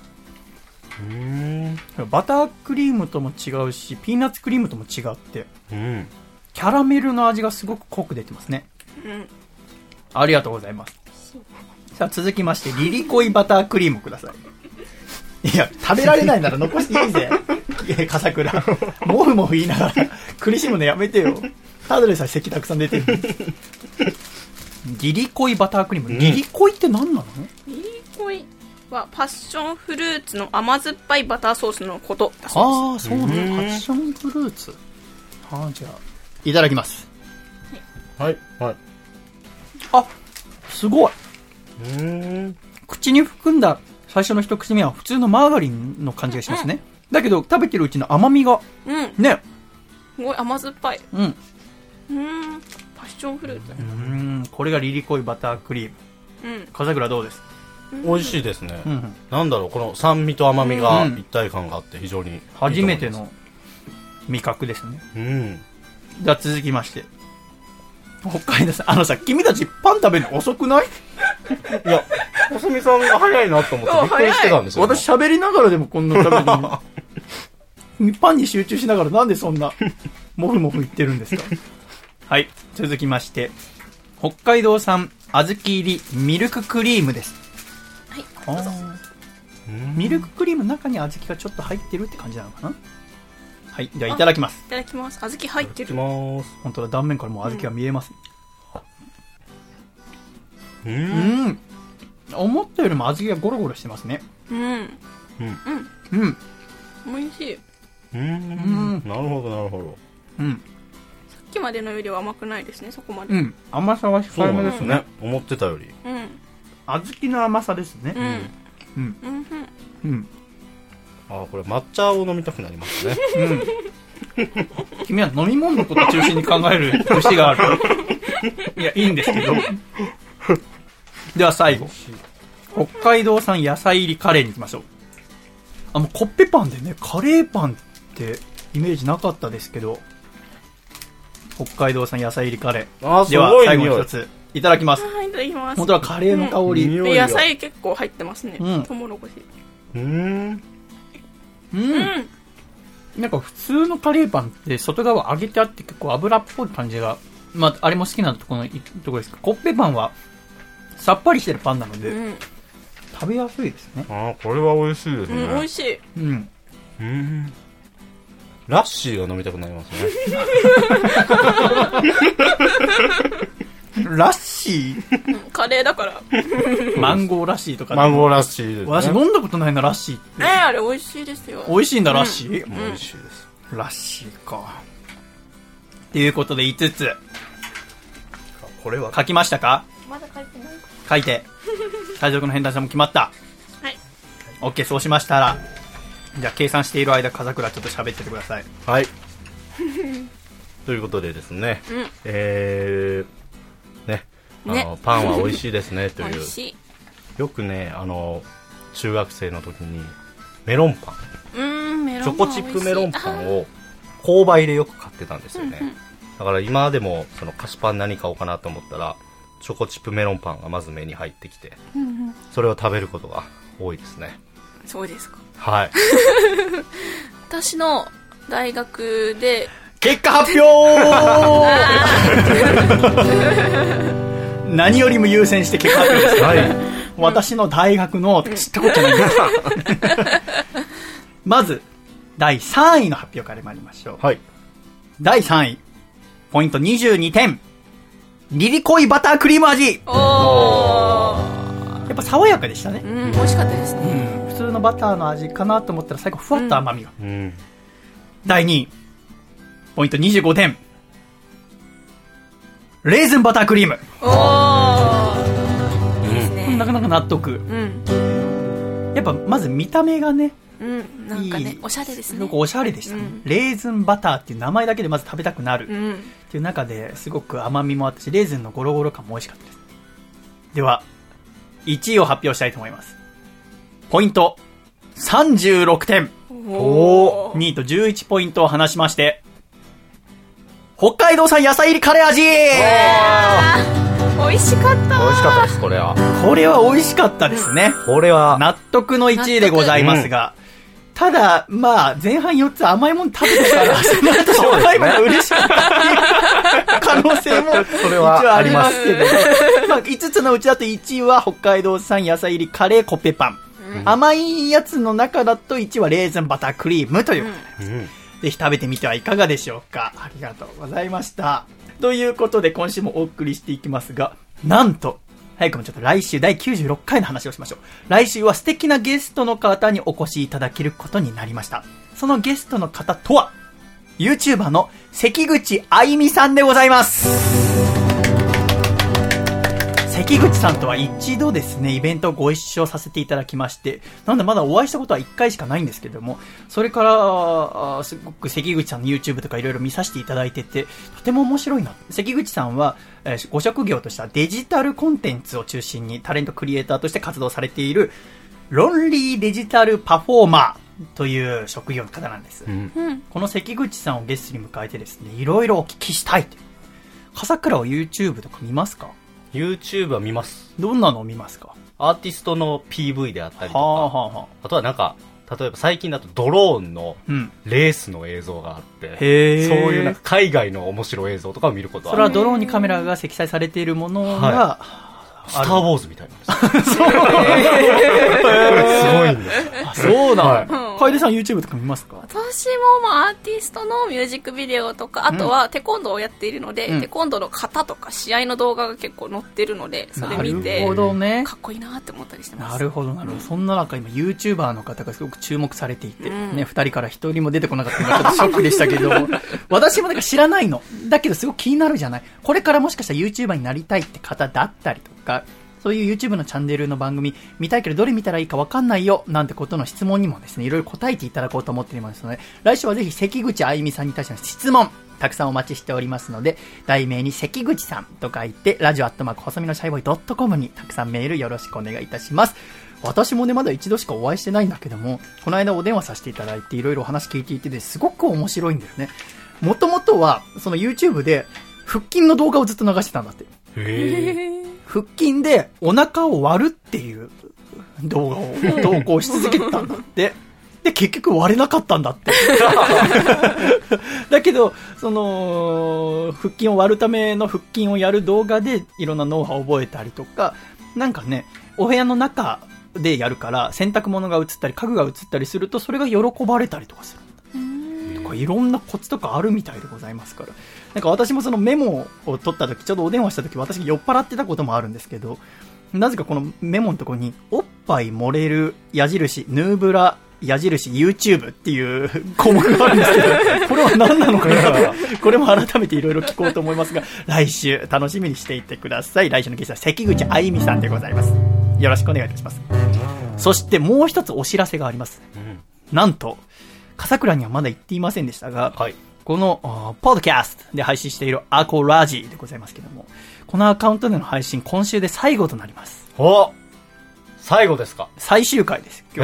バタークリームとも違うし、ピーナッツクリームとも違って、キャラメルの味がすごく濃く出てますね。ありがとうございます。さあ続きまして、リリコイバタークリームください。いや、食べられないなら残していいぜ。笠倉。もふもふ言いながら苦しむのやめてよ。ただでさえ咳たくさん出てる。リリコイバタークリーム。リリコイって何なの？ リリコイはパッションフルーツの甘酸っぱいバターソースのことだそうです。 そうなの。パッションフルーツ。じゃあいただきます。 はい。 すごい。口に含んだ最初の一口目は普通のマーガリンの感じがしますね。だけど食べてるうちの甘みが、ね。 すごい甘酸っぱい。パッションフルーツ。 これがリリコイバタークリーム。風倉どうです？ 美味しいですね。なんだろう、この酸味と甘みが一体感があって非常にいいと思います。 初めての味覚ですね。じゃあ続きまして、北海道さん、さ、君たちパン食べるの遅くない？ いや、おすみさんが早いなと思ってびっくりしてたんですよ。 私喋りながらでもこんな食べるのにパンに集中しながらなんでそんなモフモフ言ってるんですか？はい、続きまして北海道産小豆入りミルククリームです。 はい、どうぞ。 ミルククリームの中に小豆がちょっと入ってるって感じなのかな。はい、じゃあいただきます。 いただきます。小豆入ってる。 本当だ、断面からもう小豆が見えます。思ったよりも小豆がゴロゴロしてますね。 美味しい。 なるほどなるほど。 さっきまでのよりは甘くないですね、そこまで。 甘さは控えめですね。 思ってたより。 小豆の甘さですね。 これ抹茶を飲みたくなりますね。 君は飲み物のことを中心に考える節がある。いや、いいんですけど。では最後、北海道産野菜入りカレーに行きましょう。もうコッペパンでね、カレーパンってイメージなかったですけど、北海道産野菜入りカレー。では最後に一ついただきます。 いただきます。 本当はカレーの香り。 で野菜結構入ってますね。トウモロコシ。なんか普通のカレーパンって外側揚げてあって結構油っぽい感じが、まああれも好きなところですけど、コッペパンはさっぱりしてるパンなので、食べやすいですね。 これは美味しいですね。 美味しい。 ラッシーが飲みたくなりますね。 ラッシーカレーだからマンゴーラッシーとか、 マンゴーラッシーですね。 私飲んだことないな、ラッシーって。 あれ美味しいですよ。 美味しいんだ、ラッシー。 美味しいです。 ラッシーか。っていうことで5つ。これは書きましたか？ まだ書いてない。 書いて。最速の変態さんも決まった。 はい。 OK、そうしましたら、じゃあ計算している間、風倉ちょっと喋っててください。 はい。ということでですね、パンは美味しいですねという。よくね、中学生の時にメロンパン、チョコチップメロンパンを購買でよく買ってたんですよね。だから今でもその菓子パン何買おうかなと思ったらチョコチップメロンパンがまず目に入ってきて、それを食べることが多いですね。 そうですか。 はい。 私の大学で結果発表何よりも優先して結果発表です。はい。私の大学の知ったことじゃないんです。まず第3位の発表から参りましょう。 はい。 第3位、ポイント22点、リリコイバタークリーム味。やっぱ爽やかでしたね。 美味しかったですね。 普通のバターの味かなと思ったら最後ふわっと甘みが。第2位、ポイント25点、レーズンバタークリーム。いいですね。なかなか納得。やっぱまず見た目がね、 なんかね、おしゃれですね。 すごくおしゃれでしたね。レーズンバターっていう名前だけでまず食べたくなる。っていう中ですごく甘みもあったし、レーズンのゴロゴロ感も美味しかったです。では、1位を発表したいと思います。ポイント、36点。2位と11ポイントを離しまして、北海道産野菜入りカレー味。 美味しかった。 美味しかったです、これは。 これは美味しかったですね。 これは。 納得の1位でございますが、ただ、まあ、前半4つ甘いもの食べてから、その後しょっぱいものが嬉しかったっていう可能性も一応ありますけど、まあ、5つのうちだと1位は北海道産野菜入りカレーコッペパン。甘いやつの中だと1位はレーズンバタークリームということになります。ぜひ食べてみてはいかがでしょうか。ありがとうございました。ということで今週もお送りしていきますが、なんと、早くもちょっと来週第96回の話をしましょう。来週は素敵なゲストの方にお越しいただけることになりました。そのゲストの方とは、YouTuber の関口あゆみさんでございます。関口さんとは一度ですね、イベントをご一緒させていただきまして、なんでまだお会いしたことは1回しかないんですけども、それからすごく関口さんの YouTube とかいろいろ見させていただいてて、とても面白いな。関口さんは、ご職業としてはデジタルコンテンツを中心にタレントクリエイターとして活動されているロンリーデジタルパフォーマーという職業の方なんです、この関口さんをゲストに迎えてですね、いろいろお聞きしたいという。笠倉は YouTube とか見ますか ？YouTube は見ます。 どんなのを見ますか？ アーティストの PV であったりとか、あとはなんか例えば最近だとドローンのレースの映像があって、そういうなんか海外の面白い映像とかを見ることはある。 それはドローンにカメラが積載されているものが、 スター・ウォーズみたいなんです。 そうすごいんです。 そうなん。楓さん YouTube とか見ますか？ 私もアーティストのミュージックビデオとか、あとはテコンドーをやっているので、テコンドーの型とか試合の動画が結構載ってるので、それ見て、かっこいいなって思ったりしてます。 なるほどなるほど。そんな中今 YouTuber の方がすごく注目されていて、ね、2人から1人も出てこなかったのがちょっとショックでしたけど、私もなんか知らないの。だけどすごく気になるじゃない。これからもしかしたら YouTuber になりたいって方だったりとか、そういう YouTube のチャンネルの番組見たいけどどれ見たらいいか分かんないよなんてことの質問にもですね、いろいろ答えていただこうと思っていますので、来週はぜひ関口あゆみさんに対しての質問たくさんお待ちしておりますので、題名に関口さんと書いてラジオ@細身のシャイボーイ.com にたくさんメールよろしくお願いいたします。私もねまだ一度しかお会いしてないんだけども、この間お電話させていただいていろいろお話聞いていてですごく面白いんだよね。もともとはその YouTube で腹筋の動画をずっと流してたんだって。腹筋でお腹を割るっていう動画を投稿し続けてたんだって。で、結局割れなかったんだって。だけど、その、腹筋を割るための腹筋をやる動画でいろんなノウハウを覚えたりとか、なんかね、お部屋の中でやるから洗濯物が映ったり家具が映ったりするとそれが喜ばれたりとかする。いろんなコツとかあるみたいでございますから、なんか私もそのメモを取った時、ちょうどお電話した時私酔っ払ってたこともあるんですけど、なぜかこのメモのところにおっぱい漏れる矢印ヌーブラ矢印 YouTube っていう項目があるんですけど、これは何なのかなこれも改めていろいろ聞こうと思いますが、来週楽しみにしていてください。来週のゲストは関口あゆみさんでございます。よろしくお願いいたします。そしてもう一つお知らせがあります。なんと笠倉にはまだ言っていませんでしたが、このポッドキャストで配信しているアコラジでございますけども、このアカウントでの配信今週で最後となります。 お、最後ですか？ 最終回です。 終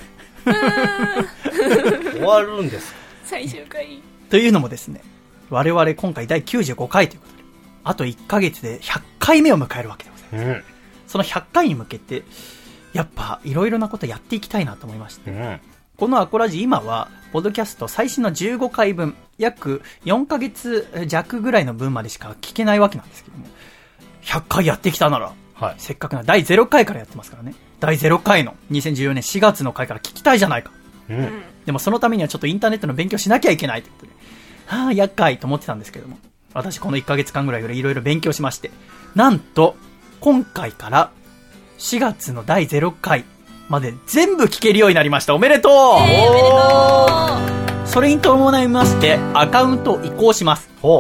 わるんですか？ 最終回というのもですね、我々今回第95回ということで、あと1ヶ月で100回目を迎えるわけでございます。その100回に向けてやっぱいろいろなことやっていきたいなと思いまして、このアコラジ今はポッドキャスト最新の15回分、約4ヶ月弱ぐらいの分までしか聞けないわけなんですけども、100回やってきたなら、せっかくな第0回からやってますからね、第0回の2014年4月の回から聞きたいじゃないか、でもそのためにはちょっとインターネットの勉強しなきゃいけないということで、厄介と思ってたんですけども、私この1ヶ月間ぐらいいろいろ勉強しまして、なんと今回から4月の第0回まで全部聞けるようになりました。おめでとう、おめでとう。それに伴いましてアカウントを移行します。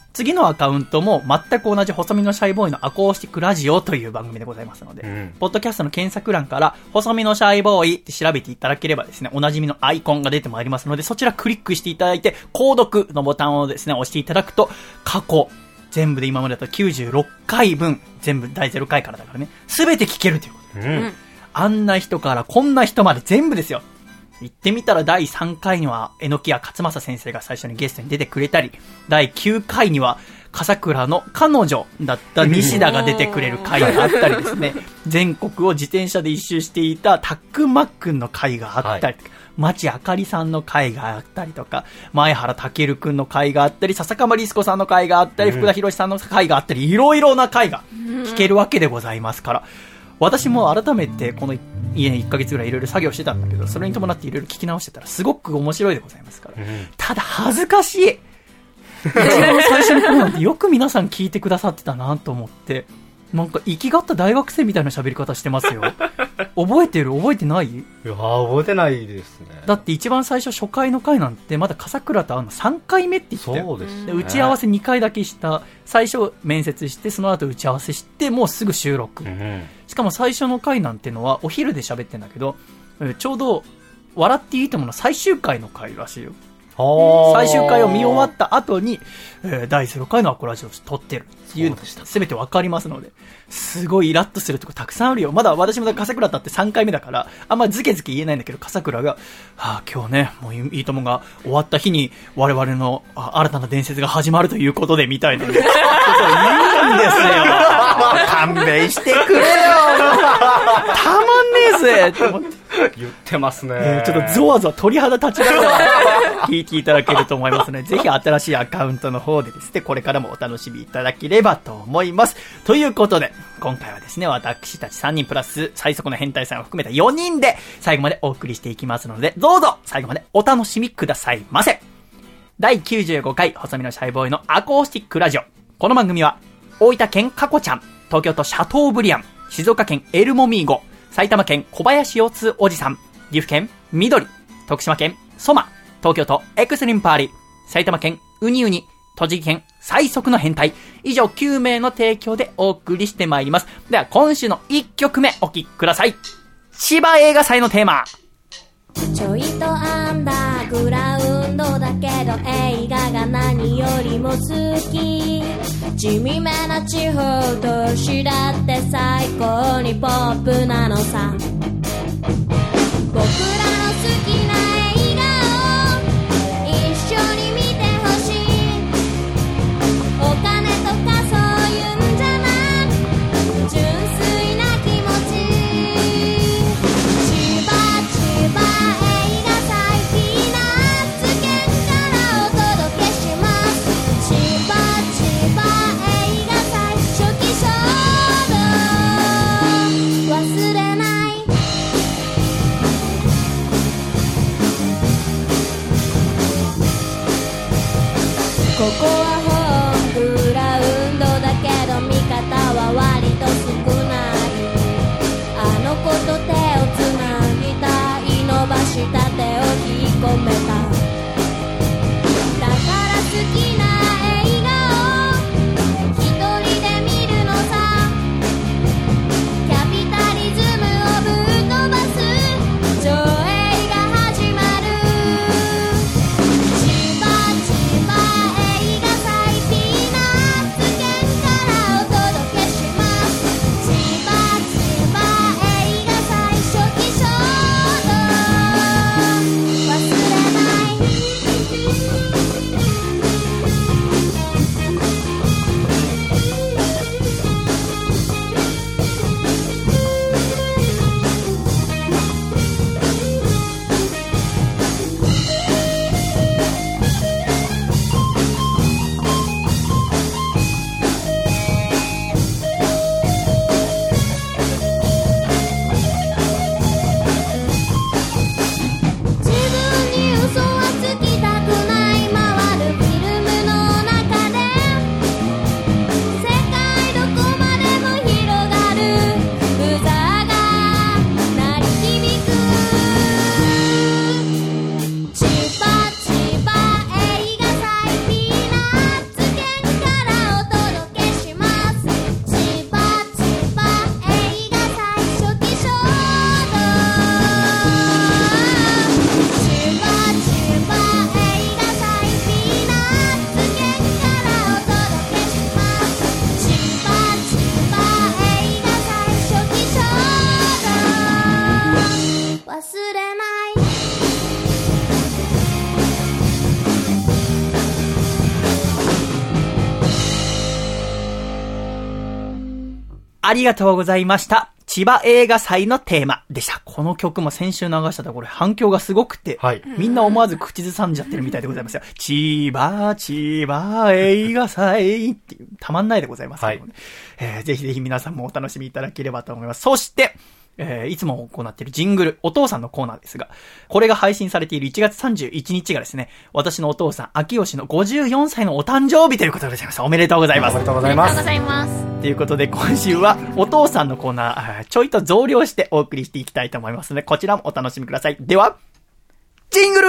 次のアカウントも全く同じ細身のシャイボーイのアコースティックラジオという番組でございますので、ポッドキャストの検索欄から細身のシャイボーイって調べていただければですね、おなじみのアイコンが出てまいりますので、そちらクリックしていただいて、購読のボタンをですね、押していただくと、過去、全部で今までだと96回分、全部第0回からだからね、すべて聞けるということで、あんな人からこんな人まで全部ですよ。言ってみたら第3回には榎谷勝正先生が最初にゲストに出てくれたり、第9回には笠倉の彼女だった西田が出てくれる回があったりですね、全国を自転車で一周していたタックマックンの回があったりとか、町あかりさんの回があったりとか、前原健くんの回があったり、笹鎌リスコさんの回があったり、福田博さんの回があったり、いろいろな回が聞けるわけでございますから、私も改めてこの家に1ヶ月ぐらいいろいろ作業してたんだけど、それに伴っていろいろ聞き直してたらすごく面白いでございますから、ただ恥ずかしい最初の頃なんてよく皆さん聞いてくださってたなと思って、なんか生きがった大学生みたいな喋り方してますよ。覚えてる？覚えてない？いや覚えてないですね。 だって一番最初初回の回なんてまだ笠倉と会うの3回目って言ってたよ。 そうですね。 打ち合わせ2回だけした。最初面接してその後打ち合わせしてもうすぐ収録、しかも最初の回なんてのはお昼で喋ってんだけど、ちょうど笑っていいともの最終回の回らしいよ。最終回を見終わった後に、第0回のアコラジオを撮ってるっていう全てわかりますので、すごいイラッとするとこたくさんあるよ。まだ私も笠倉だって3回目だからあんまズケズケ言えないんだけど、笠倉が今日ね、もういいともが終わった日に我々の新たな伝説が始まるということでみたいな、ね、言うんですよ。勘弁してくれよたまんねえぜって思って言ってますね。 ちょっとゾワゾワ鳥肌立ちながら聞いていただけると思いますので、ぜひ新しいアカウントの方でですね、これからもお楽しみいただければと思います。ということで、今回はですね、私たち3人プラス最速の変態さんを含めた4人で最後までお送りしていきますので、どうぞ最後までお楽しみくださいませ。第95回細身のシャイボーイのアコースティックラジオ。この番組は大分県カコちゃん、東京都シャトーブリアン、静岡県エルモミーゴ、埼玉県小林腰痛おじさん、岐阜県緑、徳島県ソマ、東京都エクスリンパーリ、埼玉県ウニウニ、栃木県最速の変態、以上9名の提供でお送りしてまいります。では今週の1曲目お聴きください。千葉映画祭のテーマ。 ちょいとアンダーグラウンドだけど映画が何よりも好き、地味めな地方都市だって最高にポップなのさ。僕らの好きな映画を一緒に見てほしい。お金とかそういうんじゃなく、純粋な気持ち。千葉映画祭ピーナッツ県からお届けします。千葉映画祭初期衝動忘れない。 ありがとうございました。千葉映画祭のテーマでした。この曲も先週流したらこれ反響がすごくて、はい、みんな思わず口ずさんじゃってるみたいでございますよ。千葉映画祭っていう、たまんないでございます、はいぜひぜひ皆さんもお楽しみいただければと思います。そして、いつも行っているジングル、お父さんのコーナーですが、これが配信されている1月31日がですね、私のお父さん、秋吉の54歳のお誕生日ということでございます。おめでとうございます。 おめでとうございます。 おめでとうございます。 ということで、今週はお父さんのコーナー、ちょいと増量してお送りしていきたいと思いますので、こちらもお楽しみください。では、ジングル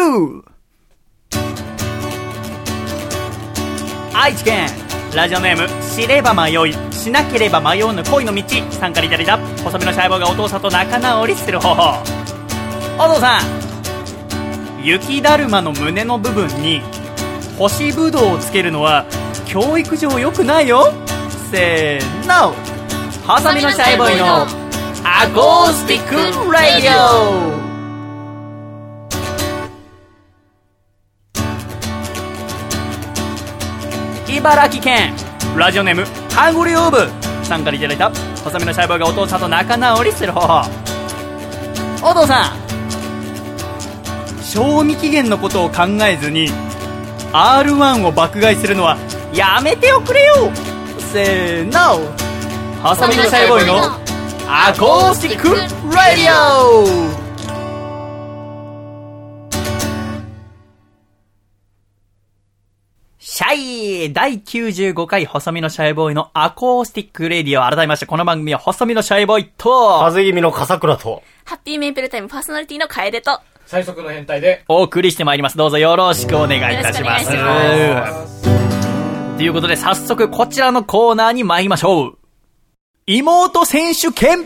愛知県ラジオネーム、知れば迷い、しなければ迷わぬ恋の道さんからいただいた細身のシャイボーがお父さんと仲直りする方法。お父さん、雪だるまの胸の部分に干しぶどうをつけるのは教育上良くないよ。せーの、細身のシャイボーイのアコースティックラディオ。茨城県ラジオネームハングリーオーブさんからいただいた細身のシャイボーイがお父さんと仲直りする方法。お父さん、賞味期限のことを考えずに R1 を爆買いするのはやめておくれよ。せーの、細身のシャイボーイのアコースティックラディオ。シャイ第95回細身のシャイボーイのアコースティックレディオ。改めましてこの番組は細身のシャイボーイと風邪気味の笠倉とハッピーメイプルタイムパーソナリティの楓と最速の変態でお送りしてまいります。どうぞよろしくお願いいたします。ということで早速こちらのコーナーに参りましょう。妹選手権。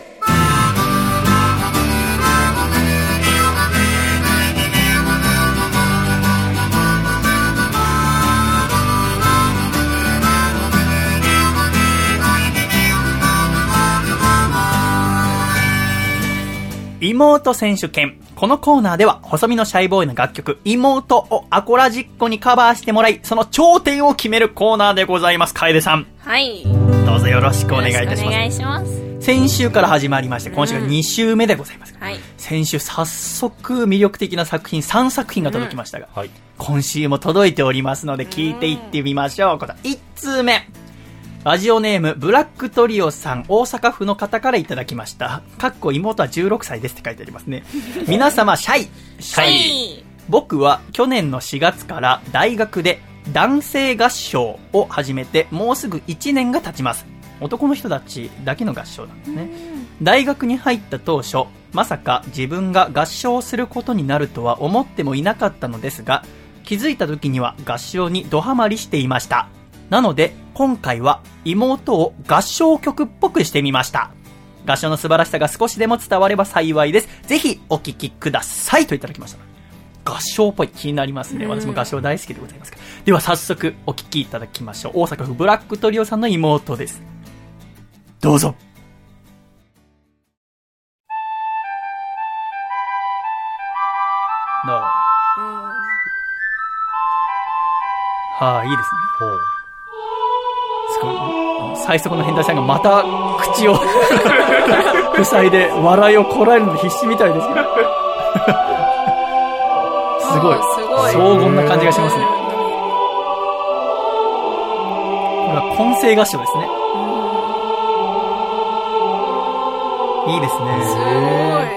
妹選手権。このコーナーでは細身のシャイボーイの楽曲妹をアコラジッコにカバーしてもらい、その頂点を決めるコーナーでございます。楓さん、 はい、 どうぞよろしくお願いいたします。 お願いします。 先週から始まりまして今週が2週目でございます、 はい、 先週早速魅力的な作品3作品が届きましたが、はい、今週も届いておりますので聞いていってみましょう。これ1通目、ラジオネームブラックトリオさん、大阪府の方からいただきました。かっこ妹は16歳ですって書いてありますね。皆様シャイ僕は去年の4月から大学で男性合唱を始めてもうすぐ1年が経ちます。男の人たちだけの合唱なんですね。大学に入った当初、まさか自分が合唱することになるとは思ってもいなかったのですが、気づいた時には合唱にドハマりしていました。なので今回は妹を合唱曲っぽくしてみました。合唱の素晴らしさが少しでも伝われば幸いです。ぜひお聴きくださいといただきました。合唱っぽい、気になりますね。私も合唱大好きでございますから。では早速お聴きいただきましょう。大阪府ブラックトリオさんの妹です。どうぞ。はあ、いいですね。すごい、最速の変態さんがまた口を塞いで笑いをこらえるので必死みたいですけどすごい荘厳な感じがしますね。これは混声合唱ですね。いいですね。 すごい。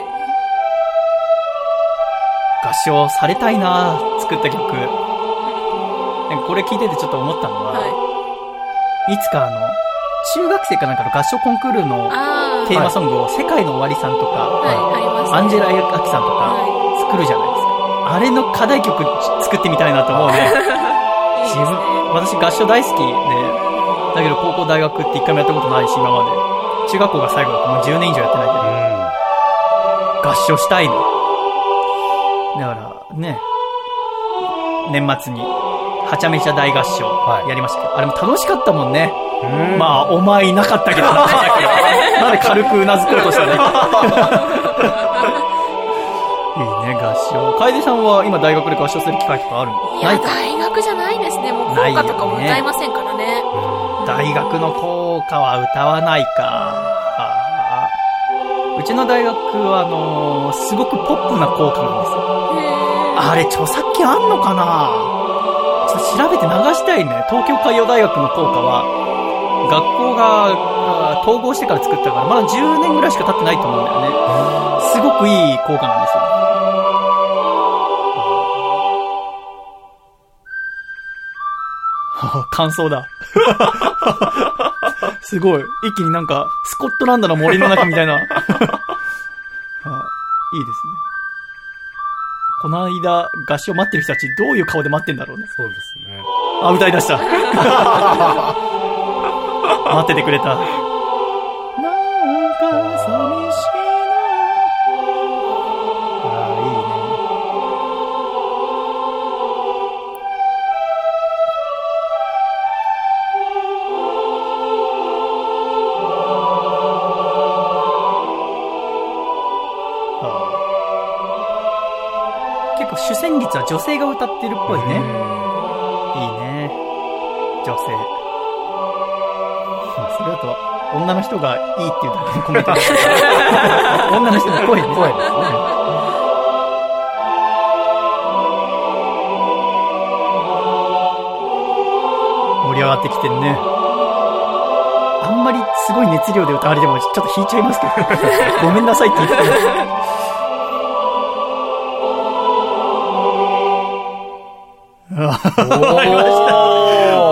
合唱されたいな、作った曲。これ聞いててちょっと思ったのは、いつか中学生かなんかの合唱コンクールのテーマソングを世界の終わりさんとか、アンジェラ・アキさんとか作るじゃないですか。あれの課題曲作ってみたいなと思うね。私合唱大好きで、だけど高校大学って一回もやったことないし、今まで中学校が最後だともう10年以上やってないけど、合唱したいの。だからね、年末にはちゃめちゃ大合唱やりましたけど、あれも楽しかったもんね。まあお前いなかったけどなんで軽くうなずこうとしたね。いいね、合唱。楓さんは今大学で合唱する機会とかあるの？ いや、大学じゃないですね。もう校歌とかも歌えませんからね。 大学の校歌は歌わないか。うちの大学はすごくポップな校歌なんですよ。あれ著作権あんのかな。ちょっと調べて流したいね。東京海洋大学の校歌は学校が統合してから作ったからまだ10年ぐらいしか経ってないと思うんだよね。すごくいい校歌なんですよ。感想だ。すごい。一気になんか、スコットランドの森の中みたいな。いいですね。この間、合唱待ってる人たち、どういう顔で待ってんだろうね。 そうですね。 あ、歌い出した。待っててくれた。なんか寂しいな。あ、いいね。結構主旋律は女性が歌ってるっぽいね。いいね。女性。それだと女の人がいいっていうだけのコメントです。女の人の声ね。声ですね。盛り上がってきてんね。あんまりすごい熱量で歌われてもちょっと引いちゃいますけど。ごめんなさいって言ってください。わかりました。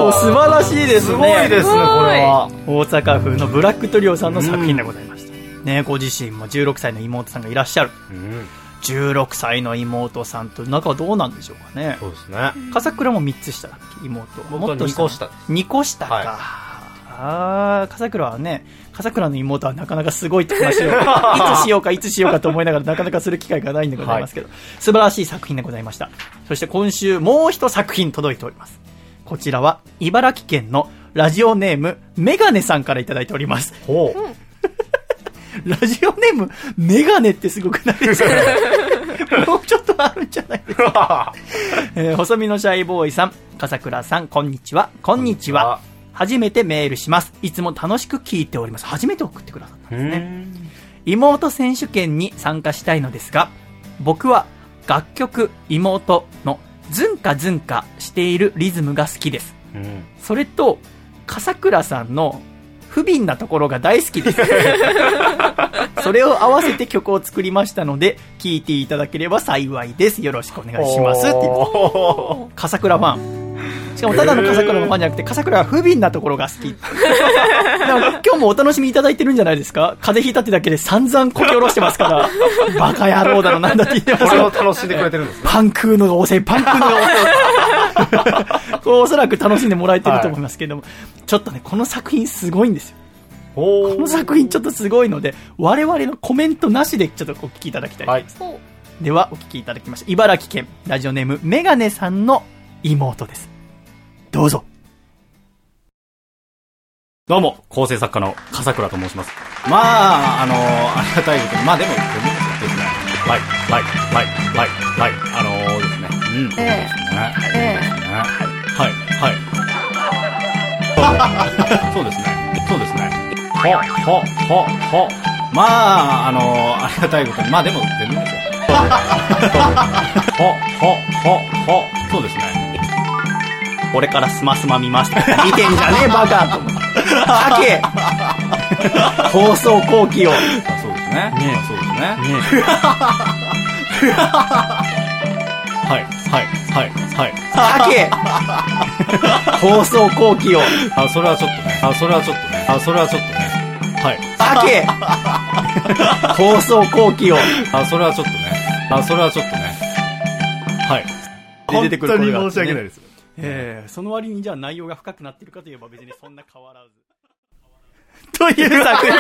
素晴らしいですね。 すごいですね、これは。 大阪府のブラックトリオさんの作品でございました。ね、ご自身も16歳の妹さんがいらっしゃる。16歳の妹さんと仲はどうなんでしょうかね。 そうですね。 笠倉も3つ下だっけ、妹。 もっと2個下です。 2個下か。はい、笠倉はね、笠倉の妹はなかなかすごいって話をいつしようかと思いながらなかなかする機会がないんでございますけど、はい、素晴らしい作品でございました。そして今週もう一作品届いております。こちらは茨城県のラジオネームメガネさんからいただいております。ラジオネームメガネってすごくないですか？もうちょっとあるんじゃないですか。細身のシャイボーイさん、笠倉さん、こんにちは。こんにちは。初めてメールします。いつも楽しく聞いております。初めて送ってくださったんですね。妹選手権に参加したいのですが、僕は楽曲妹のズンカズンカしているリズムが好きです。それと笠倉さんの不憫なところが大好きです。それを合わせて曲を作りましたので聴いていただければ幸いです。よろしくお願いしますっていう笠倉ファン。しかもただの笠倉のファンじゃなくて、笠倉は不憫なところが好き。今日もお楽しみいただいてるんじゃないですか。風邪ひいたってだけで散々こき下ろしてますから。バカ野郎だろなんだって言ってます。 これを楽しんでくれてるんですね。 パン食うのが遅い、パン食うのが遅い。おそらく楽しんでもらえてると思いますけども、はい、ちょっとね、この作品すごいんですよ。この作品ちょっとすごいので、我々のコメントなしでちょっとお聞きいただきたいと思います。はい、ではお聞きいただきました。茨城県ラジオネームメガネさんの妹です。どうぞ。 どうも、構成作家の笠倉と申します。ありがたいことに、でも、ですね。はい。ですね。そうですね。ありがたいことに、でも、全然ですよ。そうですね。 これからスマスマ見ました。見てんじゃねえバカと思って。かけ放送後期を。 そうですね。そうですね。 かけ放送後期を。 それはちょっとね。 かけ放送後期を。 それはちょっとね。はい。 出てくる本当に申し訳ないです。 その割にじゃあ内容が深くなってるかといえば別にそんな変わらずという作品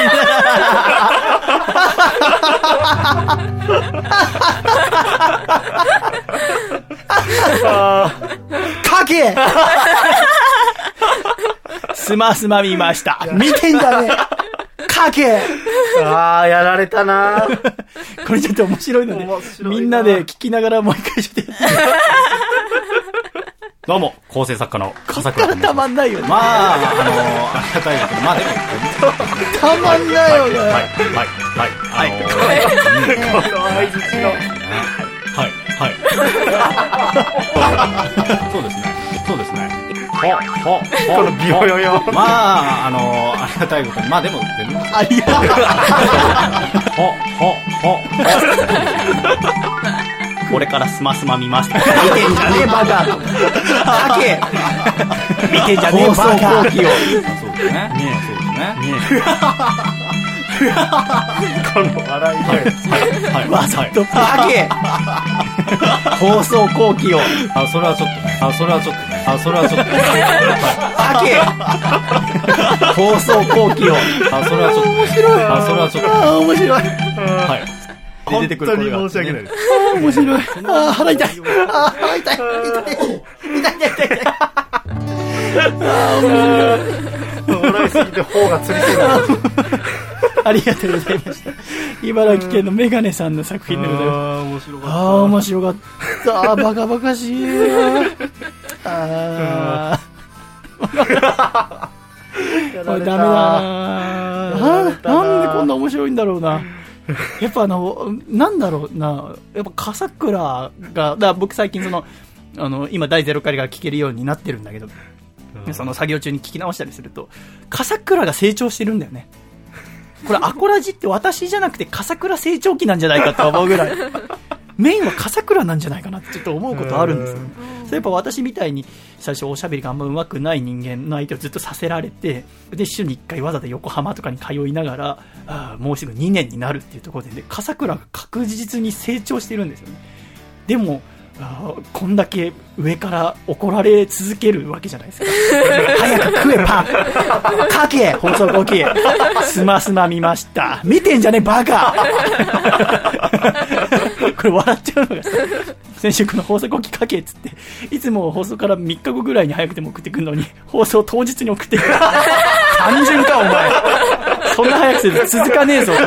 かけスマスマ見ました。見てんだね。かけやられたな。 これちょっと面白いのでみんなで聞きながらもう一回ちょっとやってどうも、構成作家の笠倉と申します。 たまんないよね。 まあ、ありがたいですけど、まあでも、 たまんないよね。 はい、この相づちの。はい。そうですね。このビヨヨヨ。まあ、ありがたいことに、まあでも、全然。ありがとう。これからスマスマ見ます。見てんじゃねえバカ。見てんじゃねえバカ。そうですね。この笑い声。わざとバケ。放送後期を。それはちょっとね。バケ。放送後期を。それはちょっと。面白い。はい。 本当に申し訳ないです。 面白い。腹痛い。 笑いすぎて頬がつりそうだ。 ありがとうございました。茨城県のメガネさんの作品でございます。面白かった。バカバカしい。ダメだなんでこんな面白いんだろうな。やっぱなんだろうな、やっぱ笠倉が、僕最近今第0回から聞けるようになってるんだけど、その作業中に聞き直したりすると、笠倉が成長してるんだよね。これアコラジって私じゃなくて笠倉成長期なんじゃないかと思うぐらい、メインは笠倉なんじゃないかなってちょっと思うことあるんですよね。それやっぱ私みたいに最初おしゃべりがあんま上手くない人間の相手をずっとさせられて、で週に1回わざわざ横浜とかに通いながら、もうすぐ2年になるっていうところで、笠倉が確実に成長してるんですよね。でもこんだけ上から怒られ続けるわけじゃないですか。早く食えパンかけ放送後期スマスマ見ました。見てんじゃねバカこれ笑っちゃうのがさ、先週この放送後期かけっつっていつも放送から3日後ぐらいに早くても送ってくるのに、放送当日に送ってくる。単純かお前、そんな早くせず続かねえぞ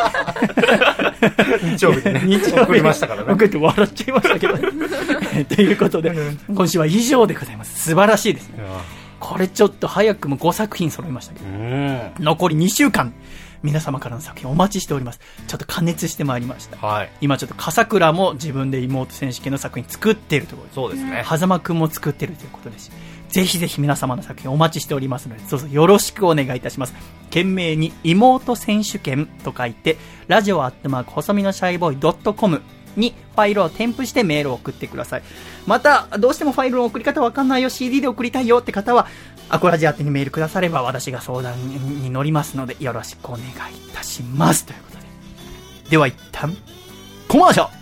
日曜日にね送りましたからね。 送って笑っちゃいましたけどということで今週は以上でございます。素晴らしいですね。これちょっと早くも5作品揃いましたけど、残り2週間皆様からの作品お待ちしております。ちょっと加熱してまいりました、今ちょっと笠倉も自分で妹選手権の作品作っているところです。 そうですね。 狭間くんも作っているということですし、ぜひぜひ皆様の作品お待ちしておりますので、どうぞよろしくお願いいたします。懸命に妹選手権と書いてラジオ細身のシャイボーイ .com にファイルを添付してメールを送ってください。またどうしてもファイルの送り方わかんないよ、 CD で送りたいよって方はアコラジ宛てにメールくだされば私が相談に乗りますのでよろしくお願いいたしますということで、では一旦コマーシャ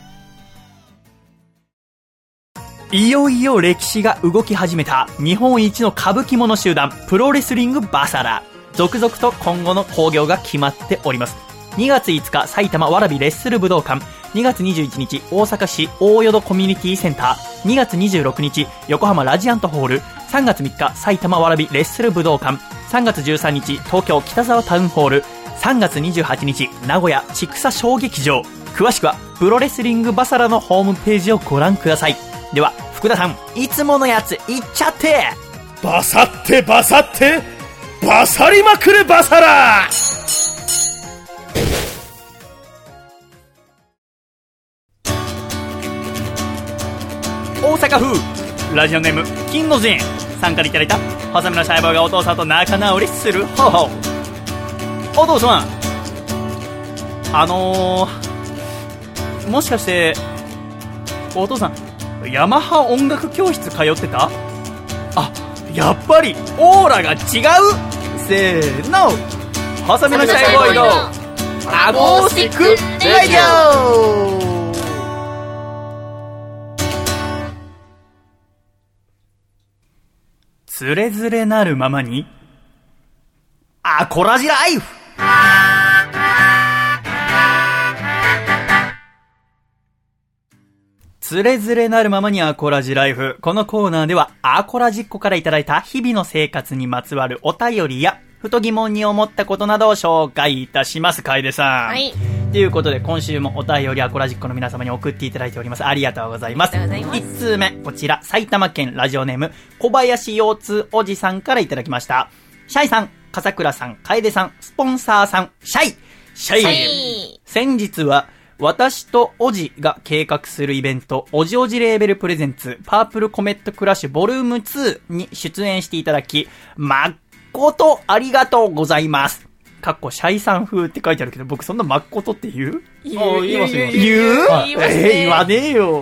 ル。いよいよ歴史が動き始めた日本一の歌舞伎者集団プロレスリングバサラ、続々と今後の興行が決まっております。2月5日埼玉わらびレッスル武道館、2月21日大阪市大淀コミュニティセンター、2月26日横浜ラジアントホール、3月3日埼玉わらびレッスル武道館、3月13日東京北沢タウンホール、3月28日名古屋千種小劇場。詳しくはプロレスリングバサラのホームページをご覧ください。では福田さん、いつものやついっちゃって。 バサってバサってバサりまくるバサラ。 大阪府ラジオネーム金の陣、参加でいただいた細身のシャイボーイがお父さんと仲直りする方法。お父さん、もしかしてお父さんヤマハ音楽教室通ってた？あ、やっぱりオーラが違う。せーの、細身のシャイボーイのアコースティックレディオ。つれづれなるままにアコラジライフ。つれづれなるままにアコラジライフ。このコーナーではアコラジっ子からいただいた日々の生活にまつわるお便りやふと疑問に思ったことなどを紹介いたします。楓さん、 ということで今週もお便りアコラジックの皆様に送っていただいております。ありがとうございます。1通目、こちら埼玉県ラジオネーム小林腰痛おじさんからいただきました。シャイさん、笠倉さん、楓さん、スポンサーさん、シャイ。先日は私とおじが計画するイベント、おじおじレーベルプレゼンツパープルコメットクラッシュボリューム2に出演していただき、誠ありがとうございます。かっこシャイさん風って書いてあるけど、僕そんな誠って言う？ 言いますよ。 言う？言わねえよ。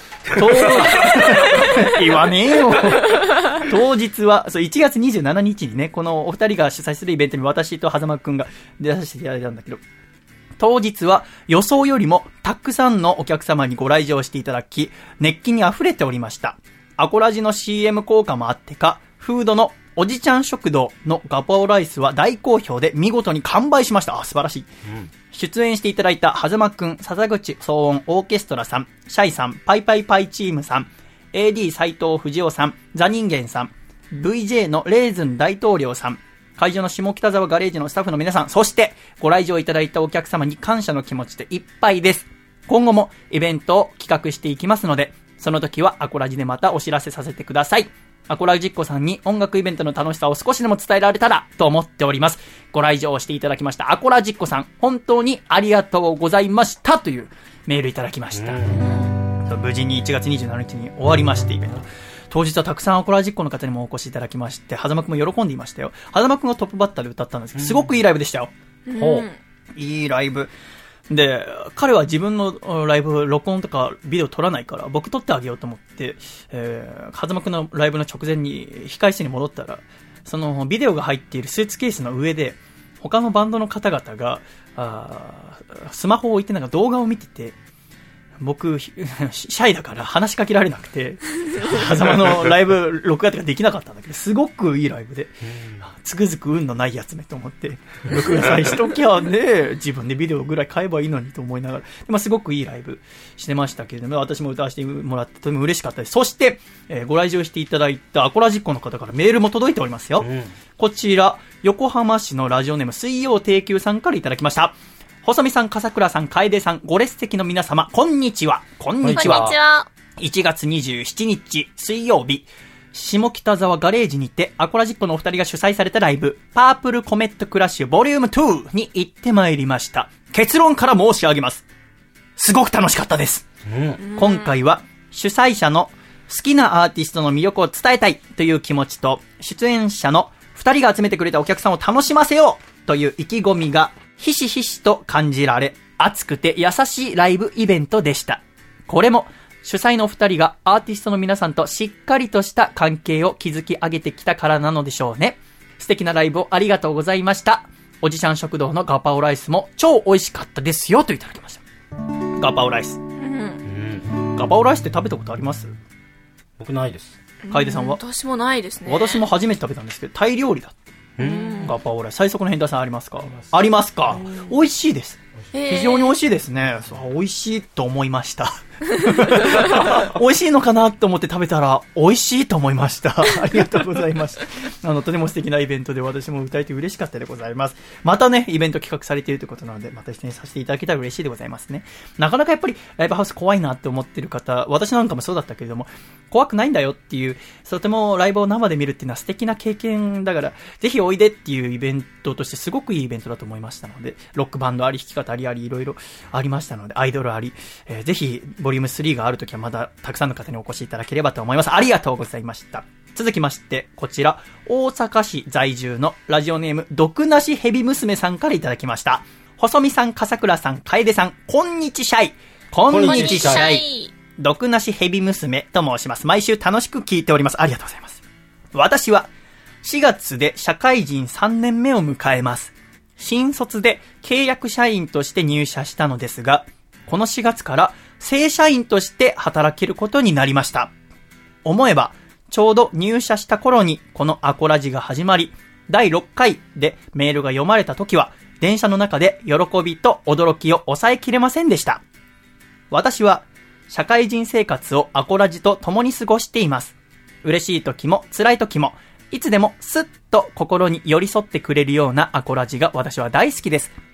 言わねえよ。当日は、そう、1月27日にね、このお二人が主催するイベントに私と狭間くんが出させていただいたんだけど、当日は予想よりもたくさんのお客様にご来場していただき、熱気に溢れておりました。アコラジの CM 効果もあってか、フードのおじちゃん食堂のガパオライスは大好評で見事に完売しました。素晴らしい。出演していただいた狭間くん、笹口騒音オーケストラさん、シャイさん、パイパイパイチームさん、AD 斉藤藤夫さん、ザ人間さん、VJ のレーズン大統領さん、会場の下北沢ガレージのスタッフの皆さん、そしてご来場いただいたお客様に感謝の気持ちでいっぱいです。今後もイベントを企画していきますので、その時はアコラジでまたお知らせさせてください。アコラジッコさんに音楽イベントの楽しさを少しでも伝えられたらと思っております。ご来場していただきましたアコラジッコさん、本当にありがとうございましたというメールいただきました。無事に1月27日に終わりまして、イベント当日はたくさんアコラジッコの方にもお越しいただきまして、狭間くんも喜んでいましたよ。狭間くんがトップバッターで歌ったんですけど、すごくいいライブでしたよ。いいライブで、彼は自分のライブ録音とかビデオ撮らないから僕撮ってあげようと思って、狭間くんのライブの直前に控室に戻ったら、そのビデオが入っているスーツケースの上で他のバンドの方々がスマホを置いてなんか動画を見てて、僕シャイだから話しかけられなくて狭間のライブ録画とかできなかったんだけど、すごくいいライブで、つくづく運のないやつめと思って、録画さえしときゃね、自分でビデオぐらい買えばいいのにと思いながら、すごくいいライブしてましたけれども、私も歌わせてもらってとても嬉しかったです。そして、ご来場していただいたアコラジッコの方からメールも届いておりますよ。こちら横浜市のラジオネーム水曜定休さんからいただきました。細見さん、笠倉さん、楓さん、ご列席の皆様、こんにちは。こんにちは。1月27日水曜日、下北沢ガレージにてアコラジッコのお二人が主催されたライブ、パープルコメットクラッシュボリューム2に行ってまいりました。結論から申し上げます。すごく楽しかったです。今回は主催者の好きなアーティストの魅力を伝えたいという気持ちと、出演者の二人が集めてくれたお客さんを楽しませようという意気込みがひしひしと感じられ、熱くて優しいライブイベントでした。これも主催の二人がアーティストの皆さんとしっかりとした関係を築き上げてきたからなのでしょうね。素敵なライブをありがとうございました。おじちゃん食堂のガパオライスも超美味しかったですよといただきました。ガパオライス、ガパオライスって食べたことあります？ 僕ないです。 楓さんは？ 私もないですね。 私も初めて食べたんですけど、タイ料理だった。ガパオライス、最速の変態さんありますか？ありますか？美味しいです。非常に美味しいですね。美味しいと思いました美味しいのかなと思って食べたら美味しいと思いましたありがとうございましたとても素敵なイベントで、私も歌えて嬉しかったでございます。またね、イベント企画されているということなので、また出演させていただけたら嬉しいでございますね。なかなかやっぱりライブハウス怖いなって思ってる方、私なんかもそうだったけれども、怖くないんだよっていう、とてもライブを生で見るっていうのは素敵な経験だから、ぜひおいでっていうイベントとしてすごくいいイベントだと思いましたので、ロックバンドあり、弾き語りあり、いろいろありましたので、アイドルあり、ぜひボリューム3があるときはまだたくさんの方にお越しいただければと思います。ありがとうございました。続きまして、こちら大阪市在住のラジオネーム毒なしヘビ娘さんからいただきました。細見さん、笠倉さん、楓さん、こんにちシャイ。こんにちシャイ。毒なしヘビ娘と申します。毎週楽しく聞いております。ありがとうございます。私は4月で社会人3年目を迎えます。新卒で契約社員として入社したのですが、この4月から正社員として働けることになりました。思えばちょうど入社した頃にこのアコラジが始まり、第6回でメールが読まれた時は電車の中で喜びと驚きを抑えきれませんでした。私は社会人生活をアコラジと共に過ごしています。嬉しい時も辛い時もいつでもスッと心に寄り添ってくれるようなアコラジが私は大好きです。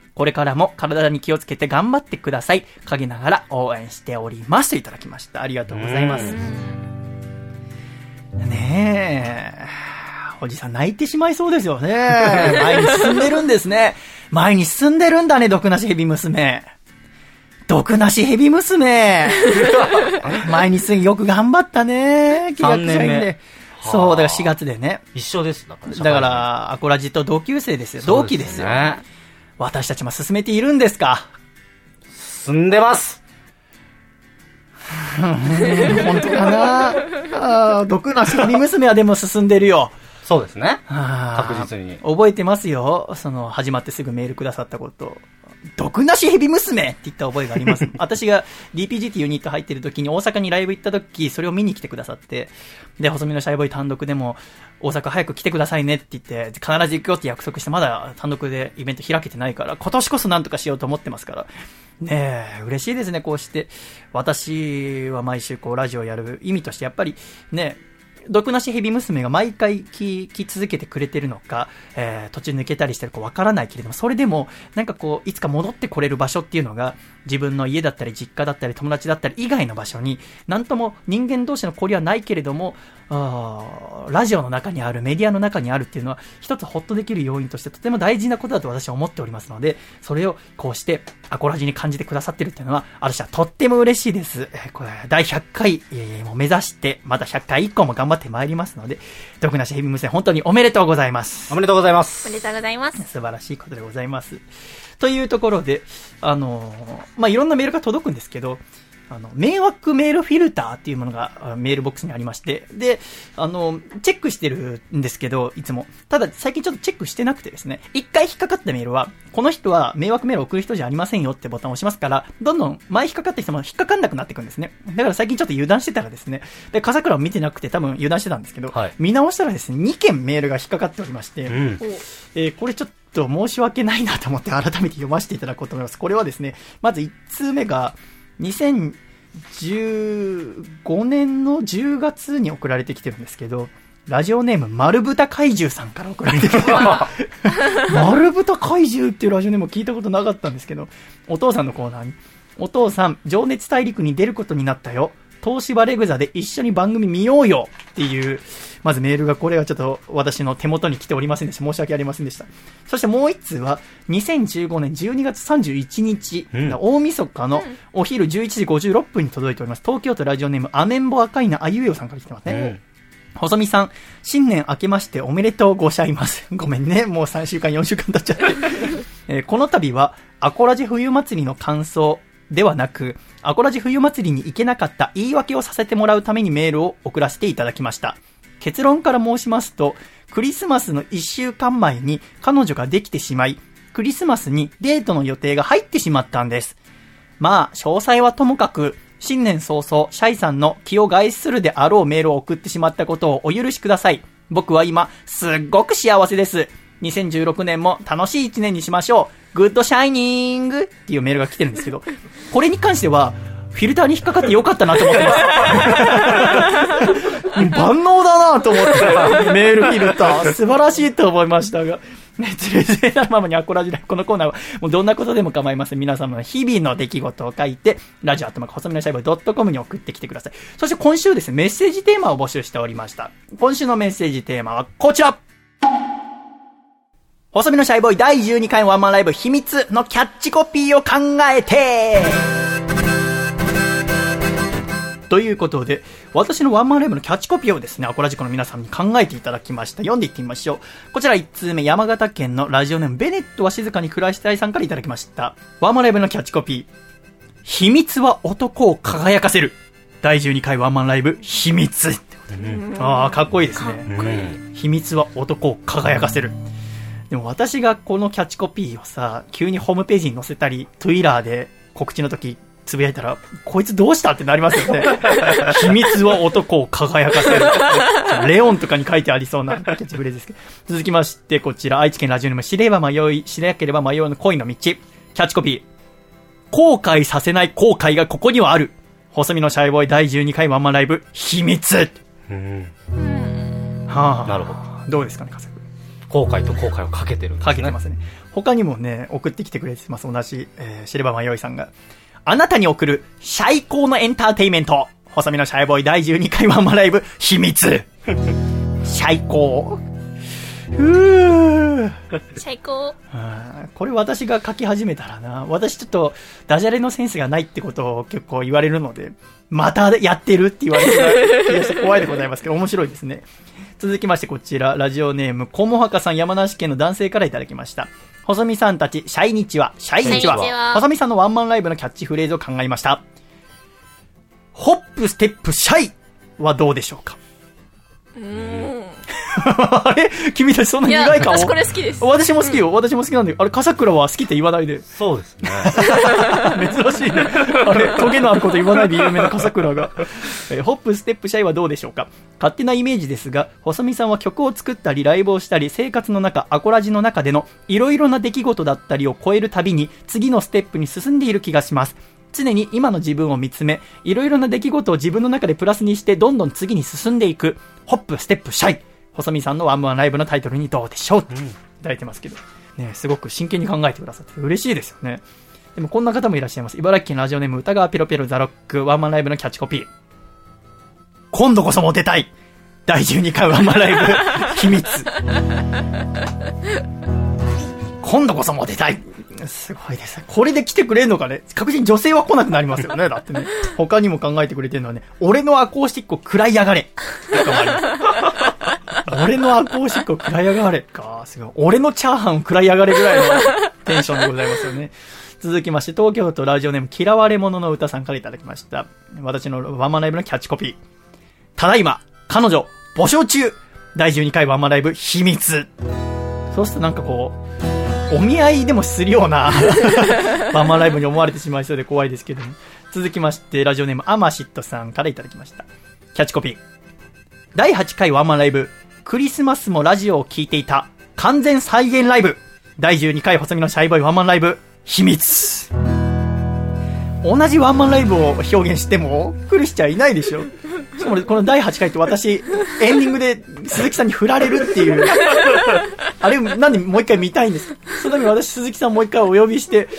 これからも体に気をつけて頑張ってください。陰ながら応援しておりますといただきました。ありがとうございます。ねえ、おじさん泣いてしまいそうですよね。前に進んでるんですね。前に進んでるんだね、毒なしヘビ娘。毒なしヘビ娘。前に進んでよく頑張ったね。 3年目。 そう、だから4月でね。 一緒です。 だから、アコラジと同級生ですよ。同期ですよ。私たちも進めているんですか？ 進んでます。 本当かな。毒なしヘビ娘はでも進んでるよ。 そうですね。確実に。 覚えてますよ。始まってすぐメールくださったこと。毒なしヘビ娘って言った覚えがあります。私が DPG ってユニット入ってる時に大阪にライブ行った時、それを見に来てくださって、で、細身のシャイボーイ単独でも、大阪早く来てくださいねって言って、必ず行くよって約束して、まだ単独でイベント開けてないから、今年こそなんとかしようと思ってますから。ねえ、嬉しいですね、こうして。私は毎週こうラジオやる意味としてやっぱりね、毒なしヘビ娘が毎回聞き続けてくれてるのか、途中抜けたりしてるかわからないけれども、それでもなんかこういつか戻ってこれる場所っていうのが自分の家だったり実家だったり友達だったり以外の場所になんとも人間同士の交流はないけれども、ラジオの中にある、メディアの中にあるっていうのは一つホッとできる要因としてとても大事なことだと私は思っておりますので、それをこうしてアコラジに感じてくださってるっていうのは私はとっても嬉しいです。これ第100回も目指してまた100回以降も頑張ってまいりますので、毒なしヘビ娘本当におめでとうございます。 おめでとうございます。 おめでとうございます。 素晴らしいことでございます。というところで、いろんなメールが届くんですけど、迷惑メールフィルターっていうものがメールボックスにありまして、で、チェックしてるんですけど、いつも。ただ、最近ちょっとチェックしてなくてですね、一回引っかかったメールは、この人は迷惑メールを送る人じゃありませんよってボタンを押しますから、どんどん前引っかかった人も引っかかんなくなっていくんですね。だから最近ちょっと油断してたらですね、で、笠倉を見てなくて多分油断してたんですけど、はい、見直したらですね、2件メールが引っかかっておりまして、これちょっと申し訳ないなと思って改めて読ませていただこうと思います。これはですね、まず1通目が、2015年の10月に送られてきてるんですけど、ラジオネーム丸豚怪獣さんから送られてきて丸豚怪獣っていうラジオネームを聞いたことなかったんですけど、お父さんのコーナーに、お父さん情熱大陸に出ることになったよ、東芝レグザで一緒に番組見ようよっていう、まずメールが、これはちょっと私の手元に来ておりませんでした。申し訳ありませんでした。そしてもう一通は、2015年12月31日、大晦日のお昼11時56分に届いております。東京都ラジオネームアメンボ赤いなあゆえよさんから来てますね。細見さん、新年明けましておめでとうございます。ごめんね、もう3週間4週間経っちゃって、この度はアコラジ冬祭りの感想ではなく、アコラジ冬祭りに行けなかった言い訳をさせてもらうためにメールを送らせていただきました。結論から申しますと、クリスマスの1週間前に彼女ができてしまい、クリスマスにデートの予定が入ってしまったんです。まあ、詳細はともかく、新年早々、シャイさんの気を害するであろうメールを送ってしまったことをお許しください。僕は今、すっごく幸せです。2016年も楽しい1年にしましょう。グッドシャイニングっていうメールが来てるんですけど、これに関しては、フィルターに引っかかってよかったなと思ってます。万能だなと思って、メールフィルター。素晴らしいと思いましたが。ね、つれづれなままにアコラジラこのコーナーはもうどんなことでも構いません。皆様の日々の出来事を書いてラジオ@細身のシャイボーイ .com に送ってきてください。そして今週ですね、メッセージテーマを募集しておりました。今週のメッセージテーマはこちら。細身のシャイボーイ第12回ワンマンライブ秘密のキャッチコピーを考えてということで、私のワンマンライブのキャッチコピーをですね、アコラジコの皆さんに考えていただきました。読んでいってみましょう。こちら1通目、山形県のラジオネームベネットは静かに暮らしたいさんからいただきました。ワンマンライブのキャッチコピー、秘密は男を輝かせる。第12回ワンマンライブ秘密。ああ、かっこいいですね。秘密は男を輝かせる。でも私がこのキャッチコピーをさ、急にホームページに載せたり、Twitter で告知の時つぶやいたら、こいつどうしたってなりますよね。秘密は男を輝かせる。レオンとかに書いてありそうなキャッチフレーズですけど。続きまして、こちら、愛知県ラジオネーム、知れば迷い、知れなければ迷うの恋の道。キャッチコピー、後悔させない後悔がここにはある。細身のシャイボーイ第12回ワンマンライブ、秘密。はあ、 なるほど。 どうですかね、笠井君。 後悔と後悔をかけてるんですね。 かけてますね。他にもね、送ってきてくれてます。同じ、シルバーマンヨイさんが。あなたに送る最高のエンターテインメント。細身のシャイボーイ第12回ワンマンライブ秘密。最高。 最高。 これ私が書き始めたらな、私ちょっとダジャレのセンスがないってことを結構言われるので、またやってるって言われる気がして怖いでございますけど、面白いですね。続きましてこちら、ラジオネームコモハカさん、山梨県の男性からいただきました。細見さんたち、シャイニチは、シャイニチは、細見さんのワンマンライブのキャッチフレーズを考えました。ホップステップシャイはどうでしょうか。あれ君たちそんな苦い顔。 私これ好きです。 私も好きよ。私も好きなんで。あれ、笠倉は好きって言わないで。 そうですね。 珍しいね。あれ、トゲのあること言わないで有名な笠倉が。ホップステップシャイはどうでしょうか。勝手なイメージですが、細見さんは曲を作ったり、ライブをしたり、生活の中、アコラジの中でのいろいろな出来事だったりを超えるたびに、次のステップに進んでいる気がします。常に今の自分を見つめ、いろいろな出来事を自分の中でプラスにして、どんどん次に進んでいく。ホップステップシャイ。細見さんのワンマンライブのタイトルにどうでしょう、いただいてますけど、ね、すごく真剣に考えてくださって嬉しいですよね。でもこんな方もいらっしゃいます。茨城県ラジオネーム歌川ピロピロザロック、ワンマンライブのキャッチコピー、今度こそモテたい第12回ワンマンライブ秘密。今度こそモテたい、すごいですね。これで来てくれるのかね。確実に女性は来なくなりますよね。だってね、他にも考えてくれてるのはね、俺のアコースティックを食らいやがれとかもあります。俺のアコースティックを食らいやがれか、すごい。俺のチャーハンを食らいやがれぐらいのテンションでございますよね。続きまして、東京都ラジオネーム嫌われ者の歌さんからいただきました。私のワンマンライブのキャッチコピー、ただいま彼女募集中第12回ワンマンライブ秘密。そうするとなんかこう、お見合いでもするようなワンマンライブに思われてしまいそうで怖いですけども。続きまして、ラジオネームアマシットさんからいただきました。キャッチコピー、第8回ワンマンライブ、クリスマスもラジオを聞いていた完全再現ライブ第12回細身のシャイボーイワンマンライブ秘密。同じワンマンライブを表現しても来る人はいないでしょ。しかもこの第8回って私エンディングで鈴木さんに振られるっていうあれなんでもう一回見たいんですか。そのために私鈴木さんもう一回お呼びして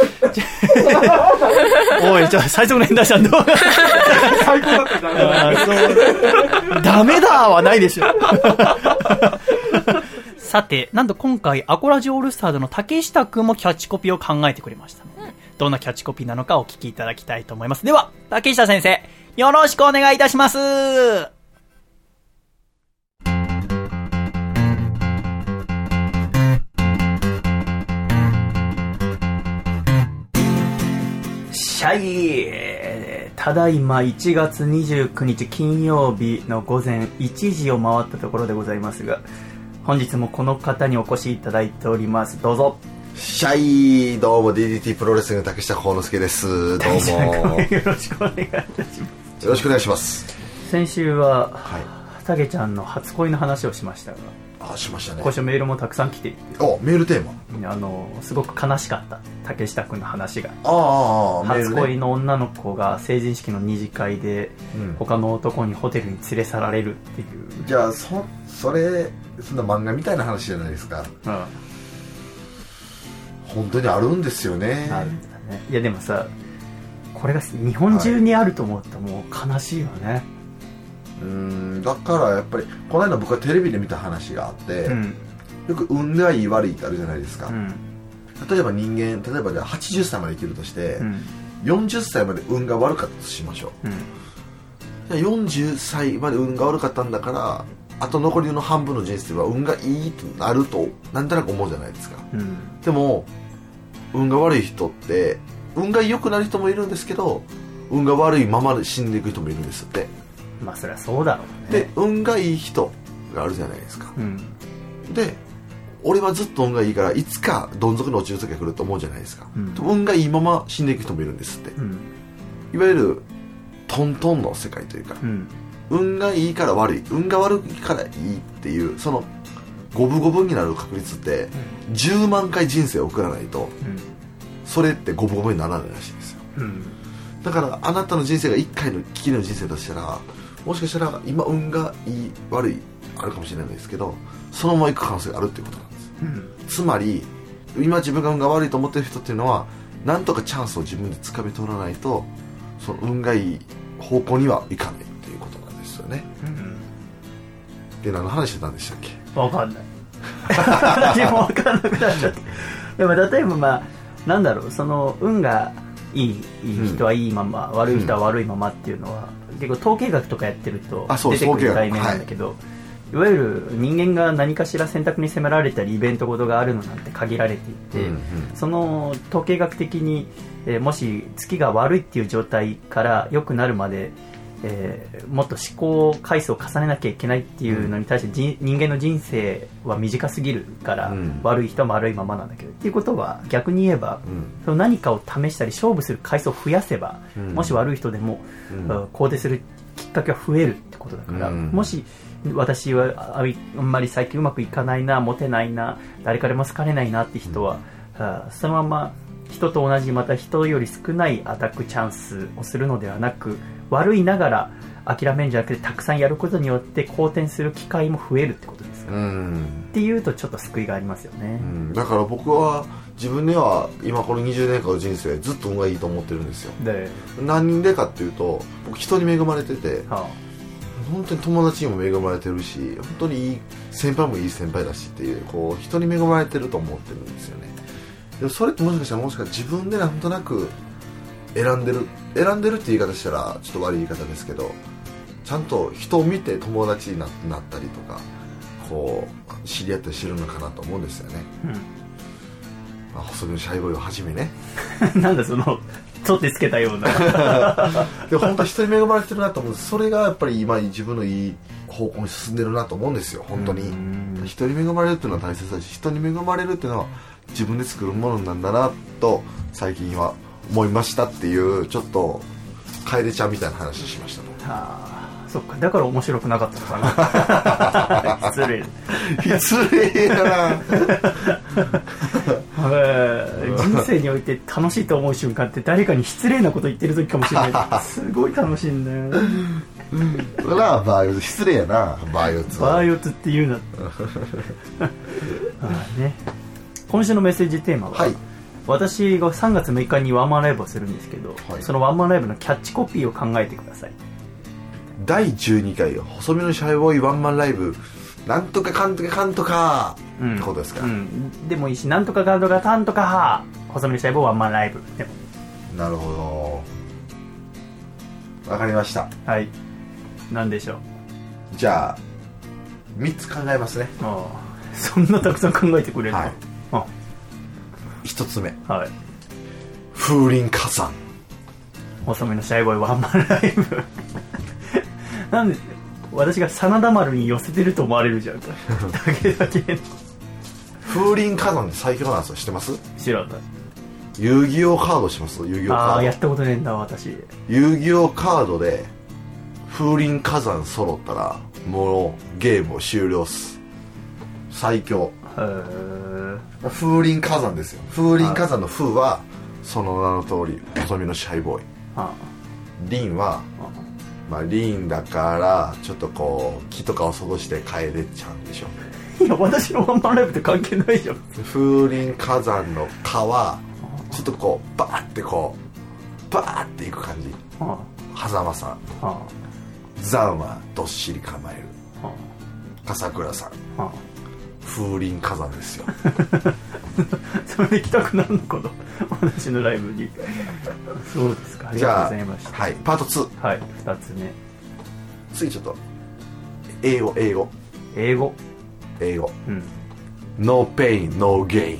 おい、じゃあ最速の変態さんどう最高だったじゃん。ダメだはないでしょ。さて、なんと今回アコラジオールスターズの竹下くんもキャッチコピーを考えてくれましたので、どんなキャッチコピーなのかお聞きいただきたいと思います。では竹下先生、よろしくお願いいたします。シャイ、ただいま1月29日金曜日の午前1時を回ったところでございますが、本日もこの方にお越しいただいております。どうぞ。 シャイ、どうも DDT プロレスの竹下幸之助です。どうもよろしくお願いいたします。 よろしくお願いします。 先週は、はい、たけちゃんの初恋の話をしましたが、 しましたね。 今週メールもたくさん来ていて、 メールテーマ、すごく悲しかった竹下くんの話が。 初恋の女の子が成人式の二次会で、他の男にホテルに連れ去られるっていう。 じゃあそんな漫画みたいな話じゃないですか。本当にあるんですよね。 あるんだね。いやでもさ、これが日本中にあると思うともう悲しいよね。 だからやっぱりこの間僕はテレビで見た話があって、よく運がいい悪いってあるじゃないですか。例えば人間、例えば80歳まで生きるとして、40歳まで運が悪かったとしましょう。40歳まで運が悪かったんだから、あと残りの半分の人生は運がいいとなるとなんとなく思うじゃないですか。でも運が悪い人って運が良くなる人もいるんですけど、運が悪いままで死んでいく人もいるんですって。 まあそりゃそうだろうね。 で運がいい人があるじゃないですか。で俺はずっと運がいいからいつかどん底に落ちる時が来ると思うじゃないですか。運がいいまま死んでいく人もいるんですって。いわゆるトントンの世界というか、運がいいから悪い、運が悪いからいいっていう、その五分五分になる確率って10万回人生を送らないと、それって五分五分にならないらしいんですよ。だからあなたの人生が1回のきりの人生としたら、もしかしたら今運がいい悪いあるかもしれないですけど、そのまま行く可能性があるっていうことなんです。 つまり今自分が運が悪いと思ってる人っていうのはなんとかチャンスを自分で掴み取らないとその運がいい方向にはいかないっていうことなんですよね、で何の話してたんでしたっけ。 分かんない私も分かんなくなっちゃってでも例えばなんだろう、その運がいい人はいいまま、悪い人は悪いままっていうのは、結構統計学とかやってると出てくる概念なんだけど、いわゆる人間が何かしら選択に迫られたりイベントごとがあるのなんて限られていて、その統計学的に、もし月が悪いっていう状態から良くなるまで、もっと思考回数を重ねなきゃいけないっていうのに対して、人間の人生は短すぎるから、悪い人も悪いままなんだけどっていうことは逆に言えば、その何かを試したり勝負する回数を増やせば、もし悪い人でも、肯定するきっかけは増えるってことだから、もし私はあんまり最近うまくいかないな、モテないな、誰からも好かれないなって人は、そのまま人と同じ、また人より少ないアタックチャンスをするのではなく、悪いながら諦めるんじゃなくてたくさんやることによって好転する機会も増えるってことですか、っていうとちょっと救いがありますよね、 だから僕は自分では今この20年間の人生ずっと運がいいと思ってるんですよ。で何人でかっていうと、僕人に恵まれてて、本当に友達にも恵まれてるし、本当にいい先輩もいい先輩だしっていう、こう人に恵まれてると思ってるんですよね。でもそれってもしかしたら自分でなんとなく選んでるって言い方したらちょっと悪い言い方ですけど、ちゃんと人を見て友達になったりとかこう知り合ったりしてるのかなと思うんですよね、細身のシャイボーイをはじめねなんだその取ってつけたようなで本当に人に恵まれてるなと思うんです。それがやっぱり今自分のいい方向に進んでるなと思うんですよ。本当に人に恵まれるっていうのは大切だし、人に恵まれるっていうのは自分で作るものなんだなと最近は思いましたっていう、ちょっと楓ちゃんみたいな話しましたね。 そっか、だから面白くなかったのかな失礼だな人生において楽しいと思う瞬間って誰かに失礼なこと言ってる時かもしれないすごい楽しいんだよそれはバーヨツ失礼やな。バーヨツって言うなね、今週のメッセージテーマは、私が3月6日にワンマンライブをするんですけど、そのワンマンライブのキャッチコピーを考えてください。 第12回細身のシャイボーイワンマンライブなんとかかんとかかんとかってことですか、 でもいいし、なんとかかんとかかんとか細身のシャイボーイワンマンライブでも。 なるほど、わかりました。 はい、なんでしょう。 じゃあ3つ考えますね。 そんなたくさん考えてくれるの、 1つ目、風林火山細身のシャイボーイワンマンライブなんで私が真田丸に寄せてると思われるじゃんかだけ風林火山って最強なんですよ。知ってます？ 知らない。 遊戯王カードします？遊戯王カード。 やったことねえんだ私。 遊戯王カードで風林火山揃ったらもうゲームを終了っす。最強。風林火山ですよ。風林火山の風はその名の通り細身のシャイボーイ。林は林だからちょっとこう木とかをそどして楓ちゃんでしょ。 いや私のワンマンライブって関係ないじゃん。 風林火山の火はちょっとこうバーってこうバーっていく感じ。狭間さん、山はどっしり構える、笠倉さん、風林火山ですよそれで行きたくなるのかな私のライブに。そうですか、ありがとうございました。 はい、パート2。 はい、2つ目。 次ちょっと英語。No pain, no gain。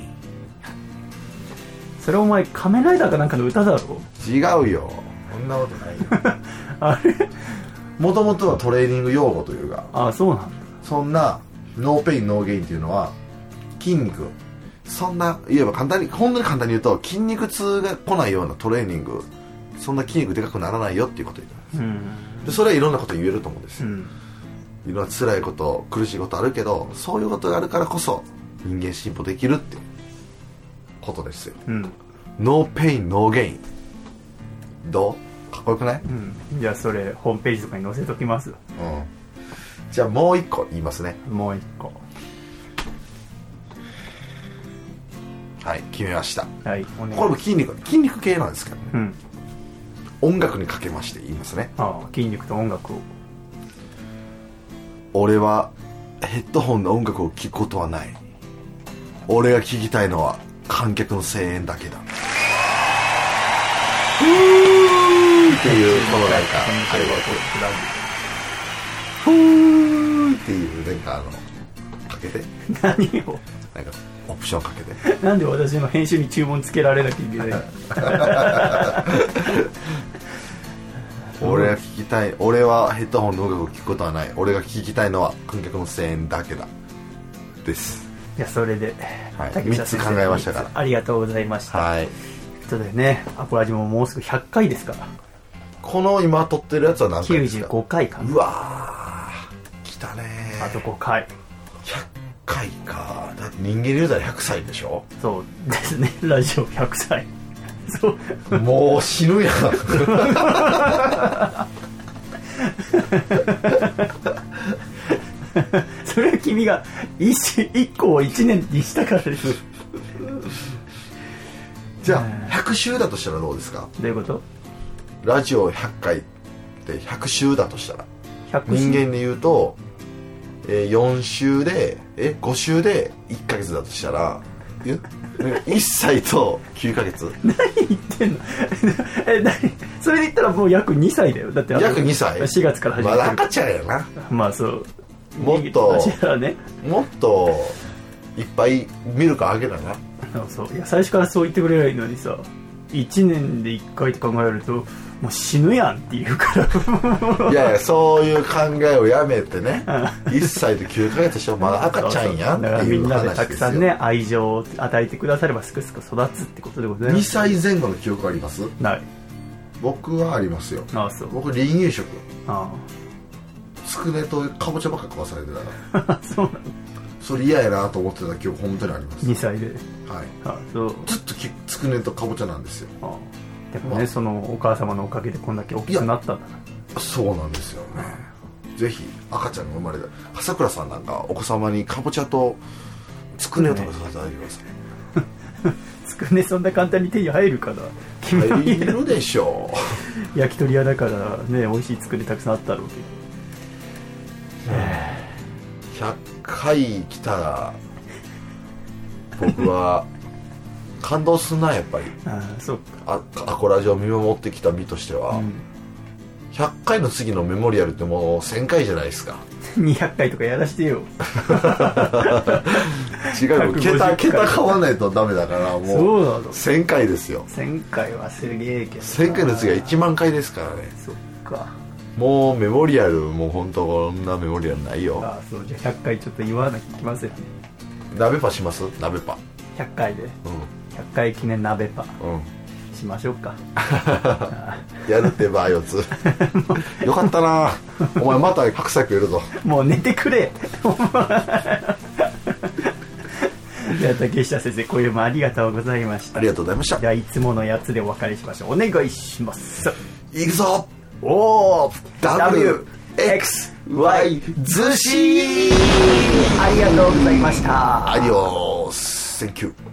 それお前仮面ライダーかなんかの歌だろ。 違うよ、そんなことないあれもともとはトレーニング用語というか。 そうなんだ。 そんなノーペインノーゲインっていうのは筋肉、そんな言えば本当に簡単に言うと筋肉痛が来ないようなトレーニング、そんな筋肉でかくならないよっていうことを言ってます、でそれはいろんなこと言えると思うんですよ、いろんな辛いこと苦しいことあるけど、そういうことがあるからこそ人間進歩できるってことですよ、ノーペインノーゲイン。どう？かっこよくない？ じゃあそれホームページとかに載せときます。 じゃあもう一個言いますね。 もう一個。 はい、決めました。 はい、 これも筋肉系なんですけどね。うん、音楽にかけまして言いますね。 ああ、筋肉と音楽を。 俺はヘッドホンで音楽を聴くことはない。俺が聴きたいのは観客の声援だけだ。っていうこのなんかあれはふーっていうなんかかけて何をなんかオプションかけてなんで私の編集に注文つけられなきゃいけない俺が聞きたい、俺はヘッドホンの音楽を聴くことはない。俺が聞きたいのは観客の声援だけだです。 いや、それで、 はい、3つ考えましたからありがとうございました。 はい、 ということでね、アコラジももうすぐ100回ですから。 この今撮ってるやつは何回ですか ？95回かな。 うわー来たねあと5回 100回か。だって人間で言うたら100歳でしょ。 そうですね、ラジオ100歳そうもう死ぬやんそれは君が1個を1年にしたからですじゃあ100週だとしたらどうですか？ どういうこと？ ラジオ100回って100週だとしたら人間で言うと、4週で5週で1ヶ月だとしたら1歳と9ヶ月何言ってんのそれで言ったらもう約2歳だよ。だって約2歳 4月から始まってる。 まだ赤ちゃんやな。 まあそうもっと、 ね、 もっといっぱいミルクあげたな。 そういや最初からそう言ってくれればいいのにさ、1年で1回って考えるともう死ぬやんって言うからいやいや、そういう考えをやめてね1歳と9ヶ月してもまだ赤ちゃんやんっていう話ですよ。だからみんなでたくさんね愛情を与えてくださればすくすく育つってことでございます。 2歳前後の記憶あります？ ない。 僕はありますよ。 ああ、そう。 僕離乳食、 ああ、 つくねとかぼちゃばっか食わされてたからそうなの。 それ嫌やなと思ってた記憶本当にあります。 2歳で。 はい。 あ、そう。 ずっとつくねとかぼちゃなんですよ。 ああ、でもね、そのお母様のおかげでこんだけ大きくなったんだな。そうなんですよね。ぜひ赤ちゃんが生まれた笠倉さんなんかお子様にかぼちゃとつくねを食べさせてあげてください。 つくねそんな簡単に手に入るかな。 入るでしょう。焼き鳥屋だからね、美味しいつくねたくさんあったろうけど。 100回来たら僕は感動すんな、やっぱり。 あ、そうか。 アコラジを見守ってきた身としては、100回の次のメモリアルってもう1000回じゃないですか。 200回とかやらしてよ。 違うよ、桁買わないとダメだから、もう1000回ですよ。 1000回はすげえけど、 1000回の次は1万回ですからね。 そっか。 もうメモリアル、もう本当こんなメモリアルないよ。 あ、そう。じゃあ100回ちょっと言わなきゃいけませんね。 鍋パします？鍋パ 100回で、100回記念鍋パ、しましょうか。 やるってば、4つよかったな。お前また白菜食えるぞ。 もう寝てくれ。じゃあ竹下先生、今夜もありがとうございました。 ありがとうございました。 じゃあいつものやつでお別れしましょう。お願いします。 いくぞ。 おー、 WXY 寿司。 ありがとうございました。 アディオス、センキュー。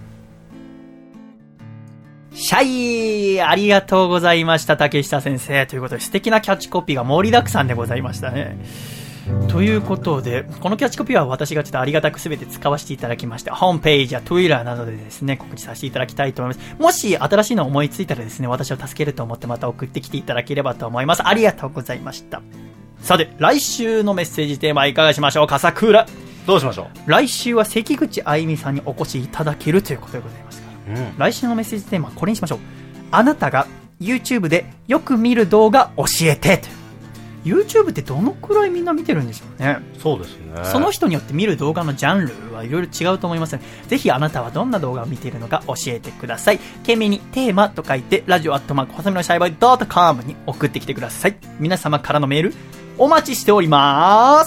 シャイ、ありがとうございました、竹下先生。ということで素敵なキャッチコピーが盛りだくさんでございましたね。ということで、このキャッチコピーは私がちょっとありがたく全て使わせていただきまして、ホームページや Twitter などでですね、告知させていただきたいと思います。もし新しいの思いついたらですね、私を助けると思ってまた送ってきていただければと思います。ありがとうございました。さて、来週のメッセージテーマいかがしましょうか、笠倉。 どうしましょう。 来週は関口あゆみさんにお越しいただけるということでございますから、来週のメッセージテーマはこれにしましょう。あなたが YouTube でよく見る動画教えてという。YouTube ってどのくらいみんな見てるんでしょうね。 そうですね。 その人によって見る動画のジャンルはいろいろ違うと思いますので、ぜひあなたはどんな動画を見ているのか教えてください。懸命にテーマと書いてラジオ@細身のシャイボーイ.com に送ってきてください。皆様からのメールお待ちしております。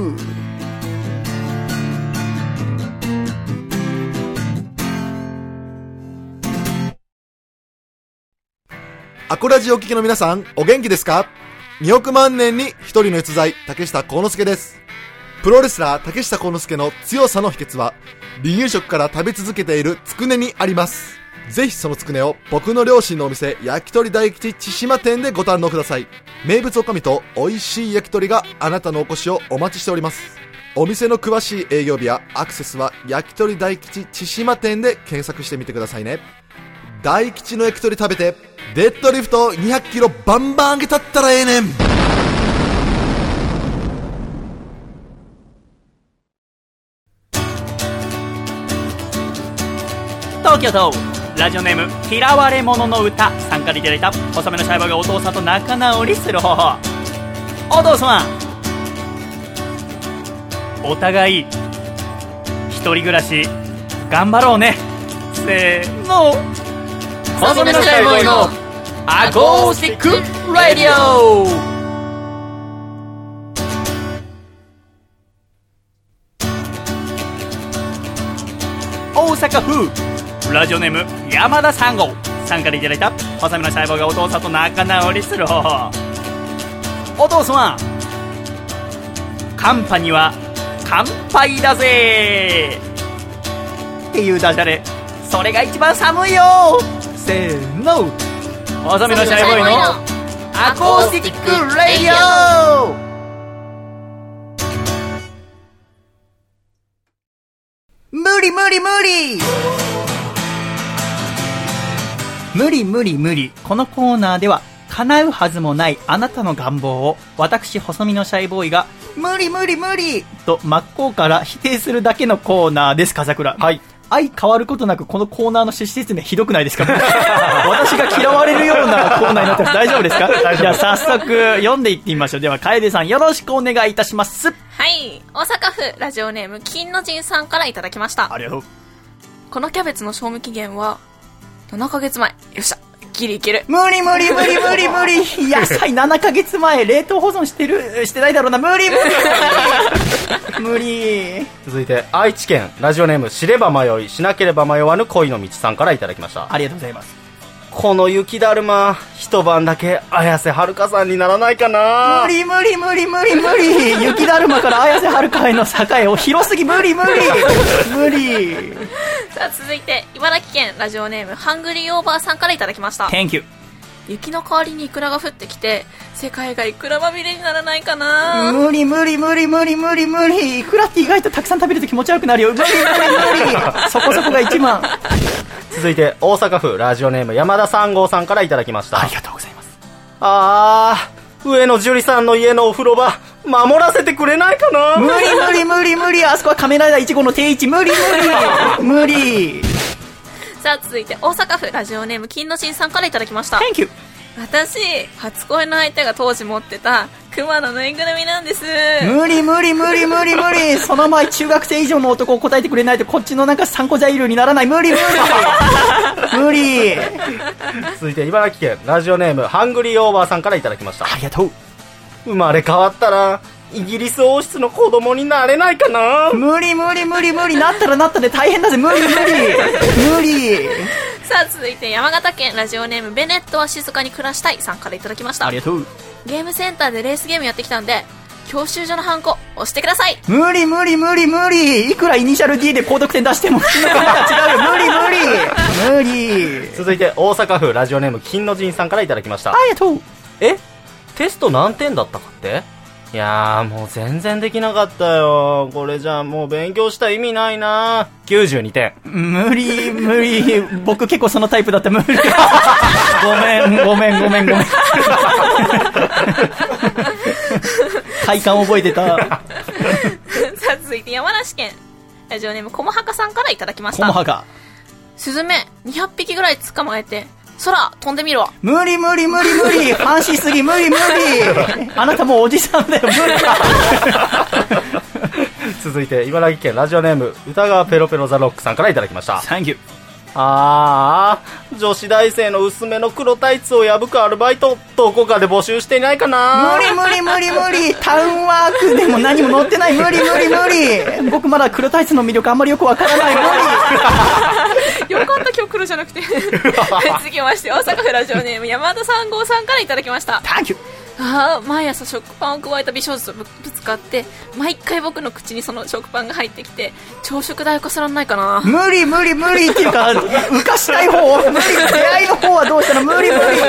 アコラジオ聴きの皆さん、お元気ですか？2億万年に一人の逸材、竹下幸之助です。 プロレスラー竹下幸之助の強さの秘訣は、離乳食から食べ続けているつくねにあります。ぜひそのつくねを僕の両親のお店、焼き鳥大吉千島店でご堪能ください。名物おかみと美味しい焼き鳥があなたのお越しをお待ちしております。お店の詳しい営業日やアクセスは焼き鳥大吉千島店で検索してみてくださいね。大吉の焼き鳥食べてデッドリフト200キロバンバン上げたったらええねん。 東京都ラジオネーム嫌われ者の歌さんからいただいた細めのシャイボーがお父さんと仲直りする方法。お父様、お互い一人暮らし頑張ろうね。せーの、細めのシャイボーイのアコースティックラディオ。大阪府ラジオネーム山田3号さんからいただいた細身のシャイボーがお父さんと仲直りする方法。お父さん、カンパには乾杯だぜっていうダジャレ、それが一番寒いよ。せーの、細身のシャイボーイのアコースティックラディオ。無理無理無理無理無理無理。このコーナーでは叶うはずもないあなたの願望を私細身のシャイボーイが無理無理無理と真っ向から否定するだけのコーナーです。笠倉、はい、相変わることなくこのコーナーの趣旨説明ひどくないですか？私が嫌われるようなコーナーになってます。大丈夫ですか？じゃあ早速読んでいってみましょう。では楓さんよろしくお願いいたします。 はい、大阪府ラジオネーム金の神さんからいただきました。 ありがとう。 このキャベツの賞味期限は7ヶ月前。よっしゃ、ギリいける。 無理無理無理無理無理。野菜7ヶ月前冷凍保存してないだろうな。無理無理無理。 続いて愛知県ラジオネーム知れば迷いしなければ迷わぬ恋の道さんからいただきました。 ありがとうございます。 この雪だるま一晩だけ綾瀬はるかさんにならないかな。 無理無理無理無理無理。雪だるまから綾瀬はるかへの境を広すぎ。無理無理無理。 さあ続いて茨城県ラジオネームハングリーオーバーさんからいただきました。 Thank you。 雪の代わりにイクラが降ってきて世界がイクラまみれにならないかな。 無理無理無理無理無理無理。イクラって意外とたくさん食べると気持ち悪くなるよ。無理無理無理。そこそこが一番。 続いて大阪府ラジオネーム山田3号さんからいただきました。 ありがとうございます。 上野樹里さんの家のお風呂場守らせてくれないかな。 無理無理無理無理。あそこは仮面ライダー1号の定位置。無理無理無理。 さあ続いて大阪府ラジオネーム金の神さんからいただきました。 Thank you。 私初恋の相手が当時持ってた熊のぬいぐるみなんです。 無理無理無理無理無理。その前中学生以上の男を答えてくれないとこっちのなんか参考材料にならない。無理無理無理。 続いて茨城県ラジオネームハングリーオーバーさんからいただきました。 ありがとう。 生まれ変わったらイギリス王室の子供になれないかな。 無理無理無理無理。なったらなったで大変だぜ。無理無理無理。 さあ続いて山形県ラジオネームベネットは静かに暮らしたいさんからいただきました。 ありがとう。 ゲームセンターでレースゲームやってきたんで教習所のハンコ押してください。 無理無理無理無理。いくらイニシャル D で高得点出しても普通の方が違うよ。無理無理無理。 続いて大阪府ラジオネーム金の神さんからいただきました。 ありがとう。 テスト何点だったかって？いやーもう全然できなかったよ。これじゃあもう勉強した意味ないな。92点。 無理無理。僕結構そのタイプだった。無理。ごめん快感覚えてた。 さあ続いて山梨県ラジオネームこもはかさんからいただきました。 こもはか。 スズメ200匹ぐらい捕まえて空飛んでみろ。 無理無理無理無理。ファンシーすぎ。無理無理。あなたもうおじさんだよ。無理。 続いて茨城県ラジオネーム歌川ペロペロザロックさんからいただきました。 Thank you。 女子大生の薄めの黒タイツを破くアルバイトどこかで募集していないかな。 無理無理無理無理。タウンワークでも何も載ってない。無理無理無理。僕まだ黒タイツの魅力あんまりよくわからない。無理。よかった今日黒じゃなくて。続きまして大阪府ラジオネーム山田3号さんからいただきました。 Thank you。 毎朝食パンを加えた美少女とぶつかって、毎回僕の口にその食パンが入ってきて、朝食代浮かせらんないかな。 無理っていうか浮かしたい方無理、出会いの方はどうしたの。無理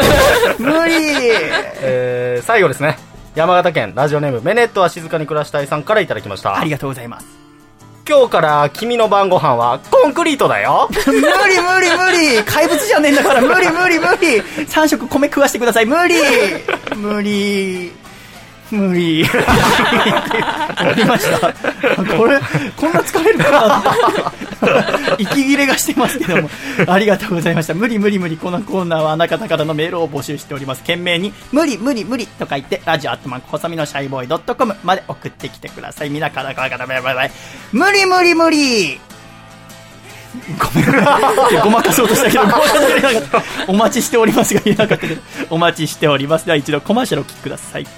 最後ですね、山形県ラジオネームメネットは静かに暮らしたいさんからいただきました。 ありがとうございます。 今日から君の晩ご飯はコンクリートだよ。 無理怪物じゃねえんだから。無理3食米食わしてください。無理ありました。こんな疲れるか息切れがしてますけども、ありがとうございました。無理。このコーナーはあなたからのメールを募集しております。懸命に無理と書いて、ラジオ@細身のシャイボーイ.com まで送ってきてください。みんなから無理ごめんごまかそうとしたけどお待ちしておりますが言えなかったけど、お待ちしております。では一度コマーシャルをお聞きください。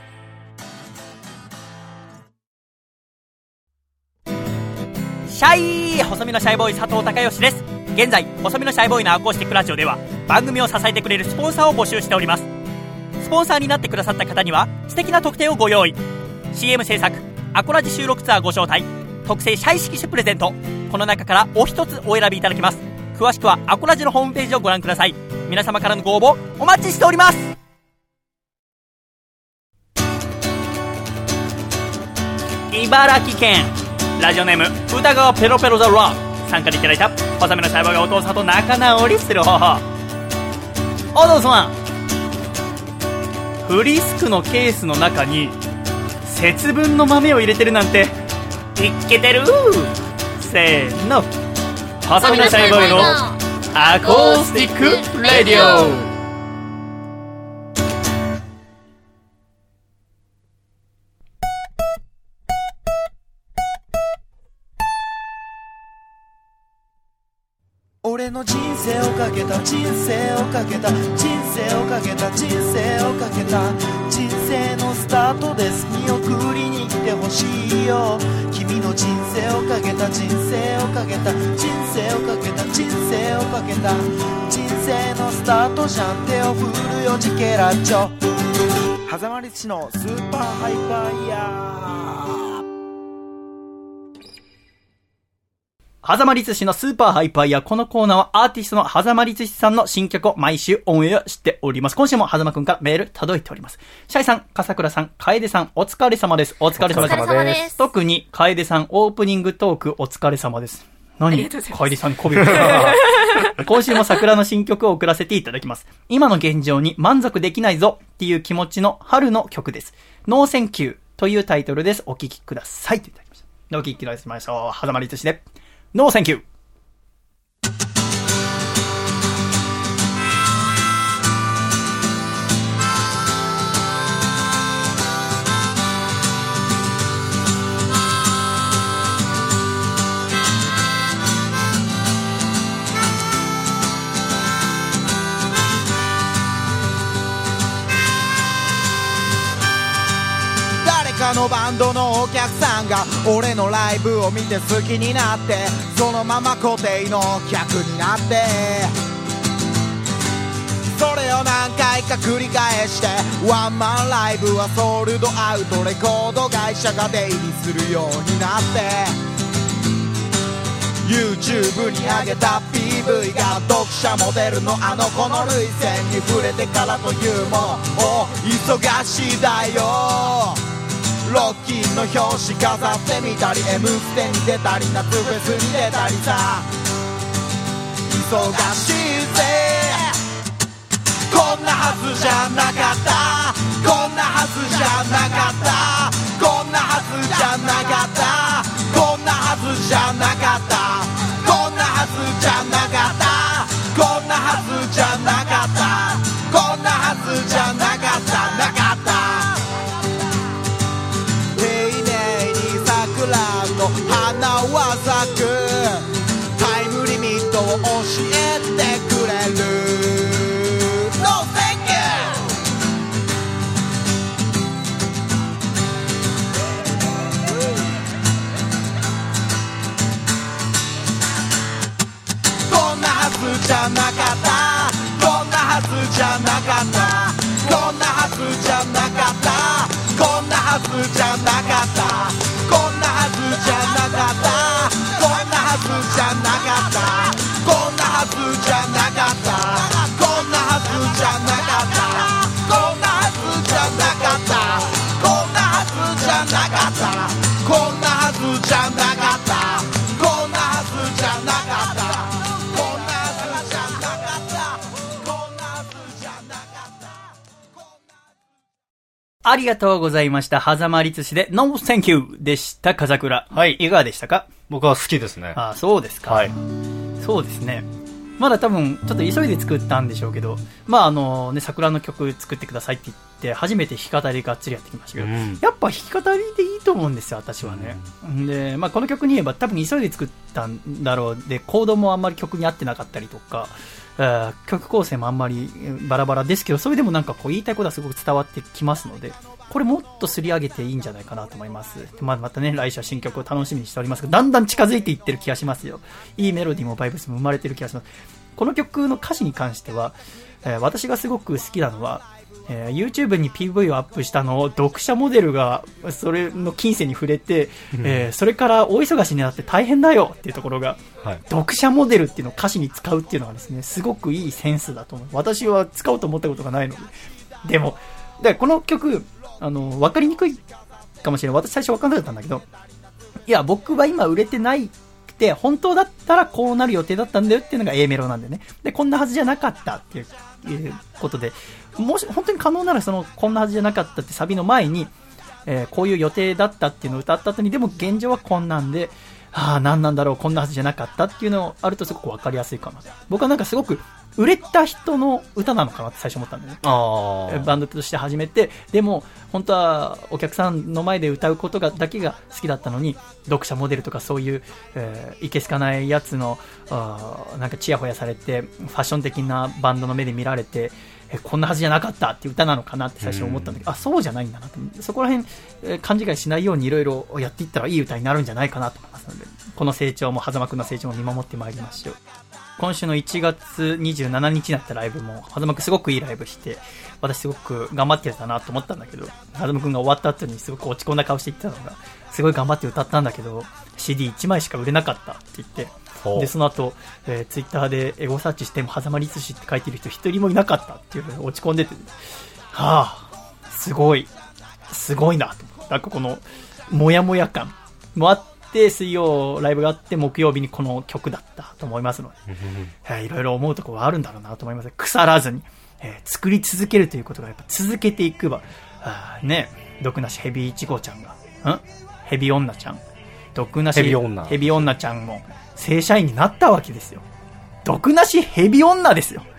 シャイ細身のシャイボーイ佐藤孝義です。現在細身のシャイボーイのアコースティックラジオでは番組を支えてくれるスポンサーを募集しております。スポンサーになってくださった方には素敵な特典をご用意。 CM 制作、アコラジ収録ツアーご招待、特製シャイ色紙プレゼント、この中からお一つお選びいただけます。詳しくはアコラジのホームページをご覧ください。皆様からのご応募お待ちしております。茨城県ラジオネーム歌川ペロペロザラーさんからいただいた細身のシャイボーイがお父さんと仲直りする方法。お父さん、フリスクのケースの中に節分の豆を入れてるなんていけてる。せーの、細身のシャイボーイのアコースティックレディオ。 俺の人生をかけた人生をかけた人生をかけた人生をかけた人生のスタートです。見送りに来てほしいよ。君の人生をかけた人生をかけた人生をかけた人生をかけた人生のスタートじゃん。手を振るよジケラッチョ。狭間律師のスーパーハイパーイヤー。 狭間律師のスーパーハイパーイヤー。このコーナーはアーティストの狭間律師さんの新曲を毎週オンエアしております。今週も狭間くんからメール届いております。シャイさん、笠倉さん、楓さん、お疲れ様です。お疲れ様です。特に楓さん、オープニングトークお疲れ様です。何楓さん媚び今週も桜の新曲を送らせていただきます。今の現状に満足できないぞっていう気持ちの春の曲です。ノーセンキューというタイトルです。お聴きくださいといただきました。お聴きくださいましょう。狭間律師でノーセンキュー。 他のバンドのお客さんが俺のライブを見て好きになって、そのまま固定の客になって、それを何回か繰り返して、ワンマンライブはソールドアウト。レコード会社が出入りするようになって、 YouTube に上げた PV が読者モデルのあの子の涙腺に触れてからというもう忙しいだよ。ロッキンの表紙飾ってみたり、 M ステに出たり、夏フェスに出たりさ、忙しいぜ。こんなはずじゃなかった、こんなはずじゃなかった、こんなはずじゃなかった、こんなはずじゃなかった、こんなはずじゃなかった、こんなはずじゃなかった、こんなはずじゃなかった、なかった。花は咲く、タイムリミットを教えてくれる。 No thank you。 こんなはずじゃなかった、こんなはずじゃなかった、こんなはずじゃなかった。 ありがとうございました。狭間律師で No Thank You でした。風倉。はい。いかがでしたか？ 僕は好きですね。 あ、そうですか。はい。そうですね。まだ多分、ちょっと急いで作ったんでしょうけど、まあね、桜の曲作ってくださいって言って、初めて弾き語りがっつりやってきましたけど、やっぱ弾き語りでいいと思うんですよ、私はね。で、まあこの曲に言えば多分急いで作ったんだろう。で、コードもあんまり曲に合ってなかったりとか、曲構成もあんまりバラバラですけど、それでもなんかこう言いたいことはすごく伝わってきますので、これもっとすり上げていいんじゃないかなと思います。またね、来週は新曲を楽しみにしておりますが、だんだん近づいていってる気がしますよ。いいメロディーもバイブスも生まれてる気がします。この曲の歌詞に関しては、私がすごく好きなのは、YouTube に PV をアップしたのを読者モデルがそれの金銭に触れて、それから大忙しになって大変だよっていうところが、はい、読者モデルっていうのを歌詞に使うっていうのはですね、すごくいいセンスだと思う。私は使おうと思ったことがないので。でも、この曲、わかりにくいかもしれない。私最初わかんなかったんだけど、いや、僕は今売れてないで、本当だったらこうなる予定だったんだよっていうのが A メロなんでね。で、こんなはずじゃなかったっていうことで、もし本当に可能ならこんなはずじゃなかったってサビの前に、こういう予定だったっていうのを歌った後に、でも現状はこんなんで、何なんだろう、こんなはずじゃなかったっていうのがあるとすごくわかりやすいかな。僕はなんかすごく売れた人の歌なのかなって最初思ったんだよね。バンドとして始めて、でも本当はお客さんの前で歌うことだけが好きだったのに、読者モデルとかそういう、いけすかないやつのなんかチヤホヤされて、ファッション的なバンドの目で見られて、こんなはずじゃなかったっていう歌なのかなって最初思ったんだけど、そうじゃないんだなと。そこら辺、勘違いしないようにいろいろやっていったらいい歌になるんじゃないかなと思いますので、この成長も、狭間くんの成長も見守ってまいりましょう。今週の1月27日になったライブも、狭間くんすごくいいライブして、私すごく頑張ってたなと思ったんだけど、狭間くんが終わった後にすごく落ち込んだ顔して言ってたのが、すごい頑張って歌ったんだけど、CD1 枚しか売れなかったって言って、でその後、ツイッターでエゴサーチしても狭間律師って書いてる人一人もいなかったっていうので落ち込んでて、すごいなと。なんかこのモヤモヤ感もあって、水曜ライブがあって木曜日にこの曲だったと思いますので、いろいろ思うところはあるんだろうなと思います。腐らずに、作り続けるということがやっぱ続けていくば、ね、毒なしヘビイチゴちゃんが、ヘビ女ちゃん、毒なしヘビ女ちゃんも正社員になったわけですよ。毒なしヘビ女ですよ。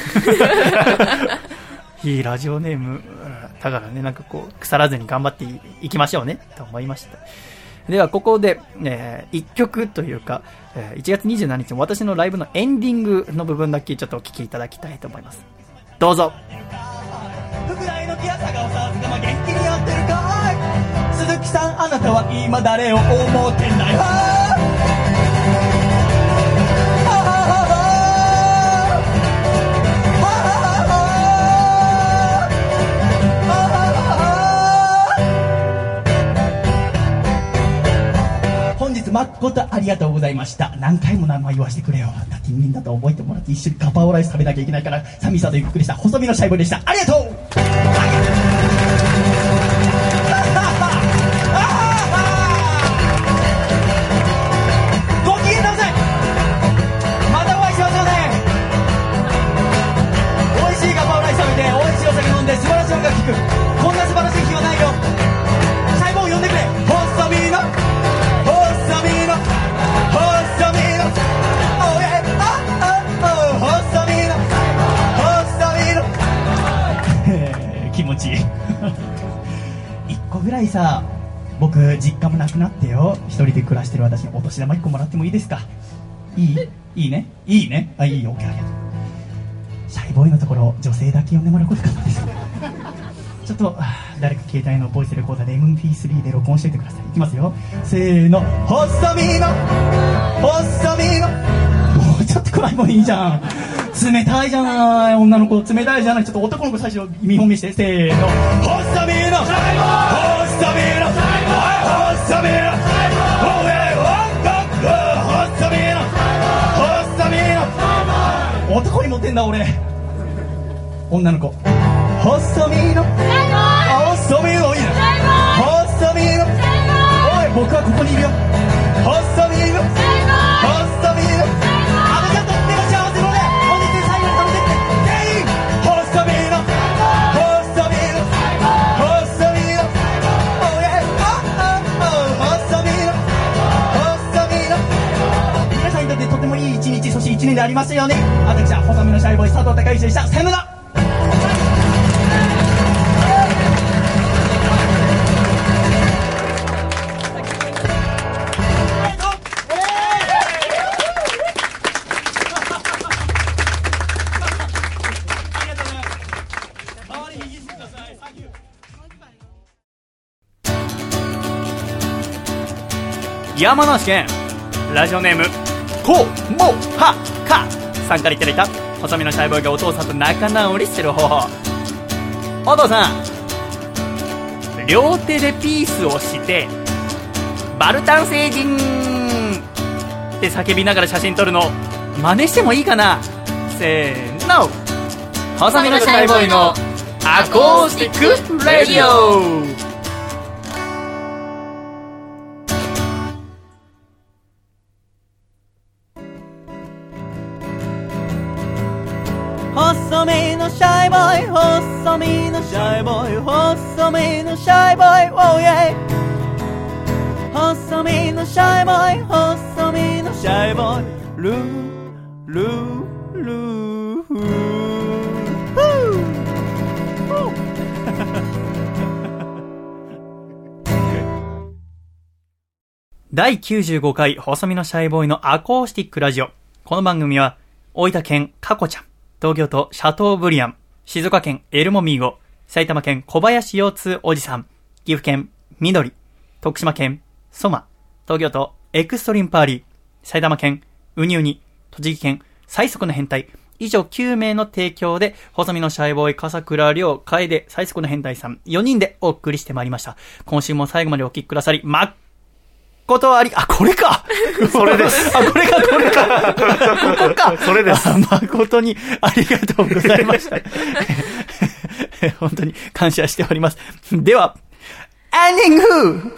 いいラジオネームだからね、なんかこう腐らずに頑張っていきましょうねと思いました。ではここで、一曲というか、1月27日の私のライブのエンディングの部分だけちょっとお聴きいただきたいと思います。どうぞ。 福来の木や佐川さんが元気にやってるかい。鈴木さんあなたは今誰を思ってんだよ。本日誠ありがとうございました。何回も名前言わせてくれよ。だってみんなと覚えてもらって一緒にガパオライス食べなきゃいけないから、寂しさとゆっくりした細身のシャイボーイでした。ありがとう。ごきげんなさい。またお会いしましょうね。美味しいガパオライス食べて、美味しいお酒飲んで、素晴らしい音楽聴く。こんな素晴らしい日はないよ。シャイボーイ呼んでくれ。細身の気持ちいい。一個ぐらいさ、僕実家もなくなってよ、一人で暮らしてる私にお年玉1個もらってもいいですか？いいね、いいね、いいよ、OK、ありがとう。シャイボーイのところ女性だけ呼んでもらうこと可能です。ちょっと誰か携帯のボイスレコーダーで MP3 で録音しておいてください。いきますよ、せーの。細身のもうちょっとくらいもいいじゃん。冷たいじゃない、女の子冷たいじゃない。ちょっと男の子最初見本見して、せーの。細身の男にモテんだ俺。女の子細身のいいね。細身のおい、僕はここにいるよ。細身のあなたとっても幸せそうで、本日で最後に食べてって全員細身のでありましたよね。私は細身のシャイボーイ佐藤孝之でした。さよなら。 山梨県ラジオネームこもはかさんからいただいた細身のシャイボーイがお父さんと仲直りする方法。お父さん、両手でピースをしてバルタン星人って叫びながら写真撮るの真似してもいいかな。せーの、細身のシャイボーイのアコースティックラジオ。 細身のシャイボーイ、細身のシャイボーイ、細身のシャイボーイ、oh yeah。細身のシャイボーイ、細身のシャイボーイ、ルールールーフー第95回細身のシャイボーイのアコースティックラジオ。この番組は大分県かこちゃん、東京都シャトーブリアン、静岡県エルモミーゴ、埼玉県小林腰痛おじさん、岐阜県緑、徳島県ソマ、東京都エクストリンパーリー、埼玉県ウニウニ、栃木県最速の変態、以上9名の提供で細身のシャイボーイ、笠倉涼、楓、最速の変態さん4人でお送りしてまいりました。今週も最後までお聞きくださりことあり、これかそれです。 これかここかそれです。 誠にありがとうございました本当に感謝しております。ではエンディング。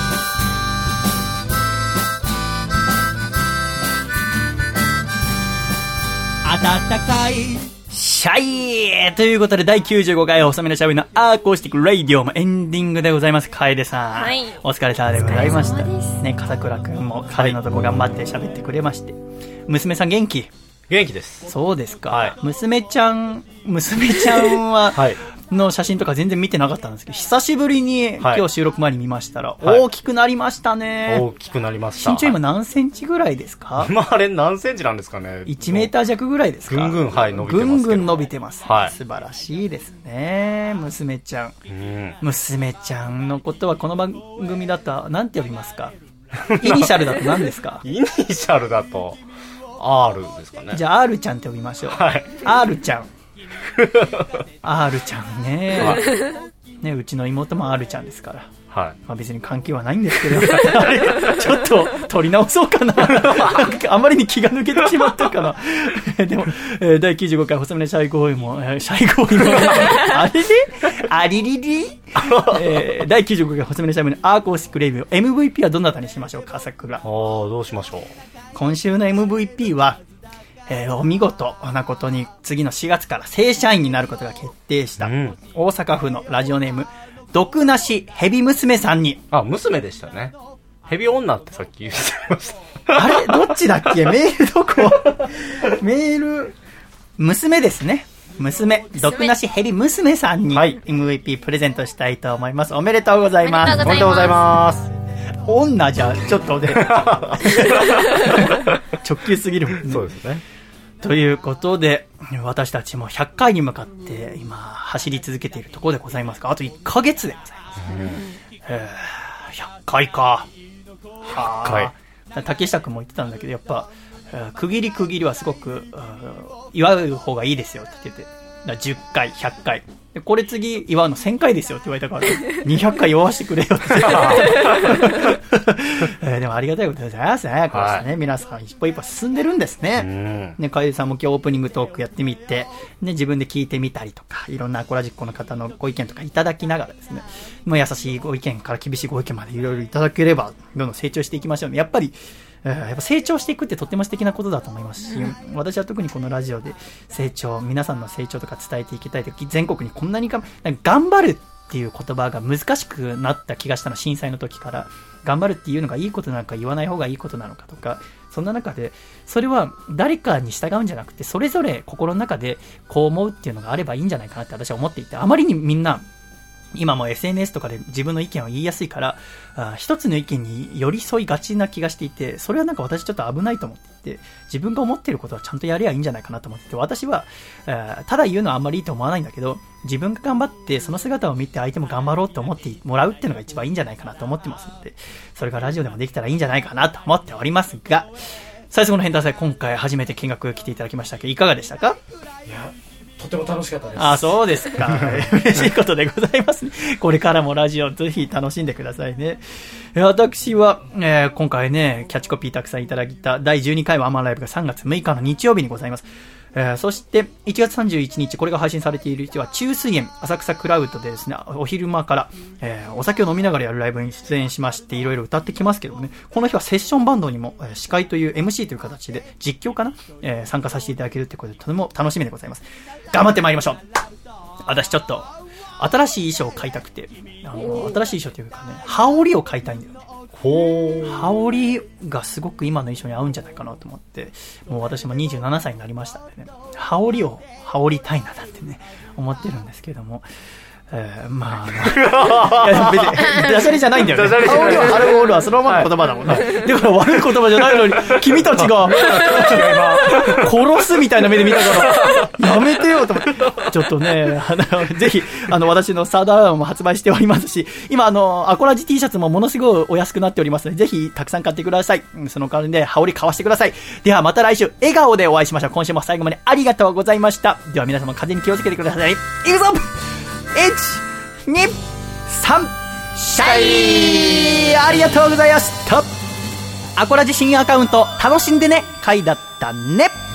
暖かいシャイということで第95回細身のシャイボーイのアーコースティックラディオもエンディングでございます。楓さん、はい、お疲れ様でございましたね。笠倉くんも彼のとこ頑張って喋ってくれまして、娘さん元気です。 そうですか、 はい、 娘ちゃんは、はいの写真とか全然見てなかったんですけど、久しぶりに今日収録前に見ましたら、はい、大きくなりましたね。 大きくなりました。 身長今何センチぐらいですか？ あれ何センチなんですかね。 1メーター弱ぐらいですか？ ぐんぐん、はい、伸びてますけど。 ぐんぐん伸びてます、 はい、 素晴らしいですね。娘ちゃん、娘ちゃんのことはこの番組だと何て呼びますか？イニシャルだと何ですか？ イニシャルだと R ですかね。 じゃあ R ちゃんって呼びましょう。 はい、 R ちゃんR ちゃんね、はい、ね、うちの妹も R ちゃんですから、はい、まあ、別に関係はないんですけどちょっと取り直そうかなあまりに気が抜けてしまったかなでも、第95回細身のシャイボーイもあれでありりり第95回細身のシャイボーイのアーコースティックレビュー MVP はどなたにしましょうか？桜。 どうしましょう。 今週の MVP はお見事なことに次の4月から正社員になることが決定した、大阪府のラジオネーム毒なしヘビ娘さんに。 娘でしたね。ヘビ女ってさっき言ってましたあれどっちだっけ？メールどこメール娘ですね。娘毒なしヘビ娘さんに MVP プレゼントしたいと思います。おめでとうございます。 おめでとうございます。 女じゃちょっとね直球すぎるもんね。 そうですね。 ということで私たちも100回に向かって今走り続けているところでございますが、あと1ヶ月でございます、100回か。 100回。 竹下くんも言ってたんだけど、やっぱ区切りはすごく祝う方がいいですよって言ってて、10回100回で、これ次祝うの1000回ですよって言われたから200回祝わせてくれよってでもありがたいことでございますね。こうしてね、皆さん一歩一歩進んでるんですね。ね、楓さんも今日オープニングトークやってみて、ね、自分で聞いてみたりとか、いろんなアコラジックの方のご意見とかいただきながらですね、もう優しいご意見から厳しいご意見までいろいろいただければどんどん成長していきましょうね。やっぱり成長していくってとっても素敵なことだと思いますし、私は特にこのラジオで皆さんの成長とか伝えていきたいとき、全国にこんなに頑張るっていう言葉が難しくなった気がしたの、震災の時から。 頑張るっていうのがいいことなのか言わない方がいいことなのかとか、そんな中でそれは誰かに従うんじゃなくて、それぞれ心の中でこう思うっていうのがあればいいんじゃないかなって私は思っていて、あまりにみんな今も SNS とかで自分の意見を言いやすいから、一つの意見に寄り添いがちな気がしていて、それはなんか私ちょっと危ないと思っていて、自分が思っていることはちゃんとやりゃいいんじゃないかなと思っていて、私は、ただ言うのはあんまりいいと思わないんだけど、自分が頑張ってその姿を見て相手も頑張ろうと思ってもらうっていうのが一番いいんじゃないかなと思ってますので、それがラジオでもできたらいいんじゃないかなと思っておりますが、最初の変態祭、今回初めて見学来ていただきましたけどいかがでしたか？ いや、とても楽しかったです。 あ、そうですか。嬉しいことでございますね。これからもラジオぜひ楽しんでくださいね。私は、今回ね、キャッチコピーたくさんいただいた第12回ワンマンライブが3月6日の日曜日にございます。そして1月31日、これが配信されている日は中水園浅草クラウドでですね、お昼間から、お酒を飲みながらやるライブに出演しまして、いろいろ歌ってきますけどね、この日はセッションバンドにも、司会という MC という形で実況かな、参加させていただけるということで、とても楽しみでございます。頑張ってまいりましょう。私ちょっと新しい衣装を買いたくて、新しい衣装というかね、羽織を買いたいんだよね。羽織がすごく今の衣装に合うんじゃないかなと思って、もう私も27歳になりましたんでね、羽織を羽織りたいななんてね思ってるんですけども、まあいや別にダジャレじゃないんだよね。羽織はハルオールはそのままの言葉だもんな、はい、だから悪い言葉じゃないのに君たちが殺すみたいな目で見たからやめてよと思って、ちょっとねぜひ私のサードアルバムも発売しておりますし、今アコラジ T シャツもものすごいお安くなっておりますので、ぜひたくさん買ってください。その代わりで羽織買わしてください。ではまた来週笑顔でお会いしましょう。今週も最後までありがとうございました。では皆様風に気をつけてください。いくぞ1、2、3、シャイありがとうございました。アコラジ新アカウント楽しんでね回だったね。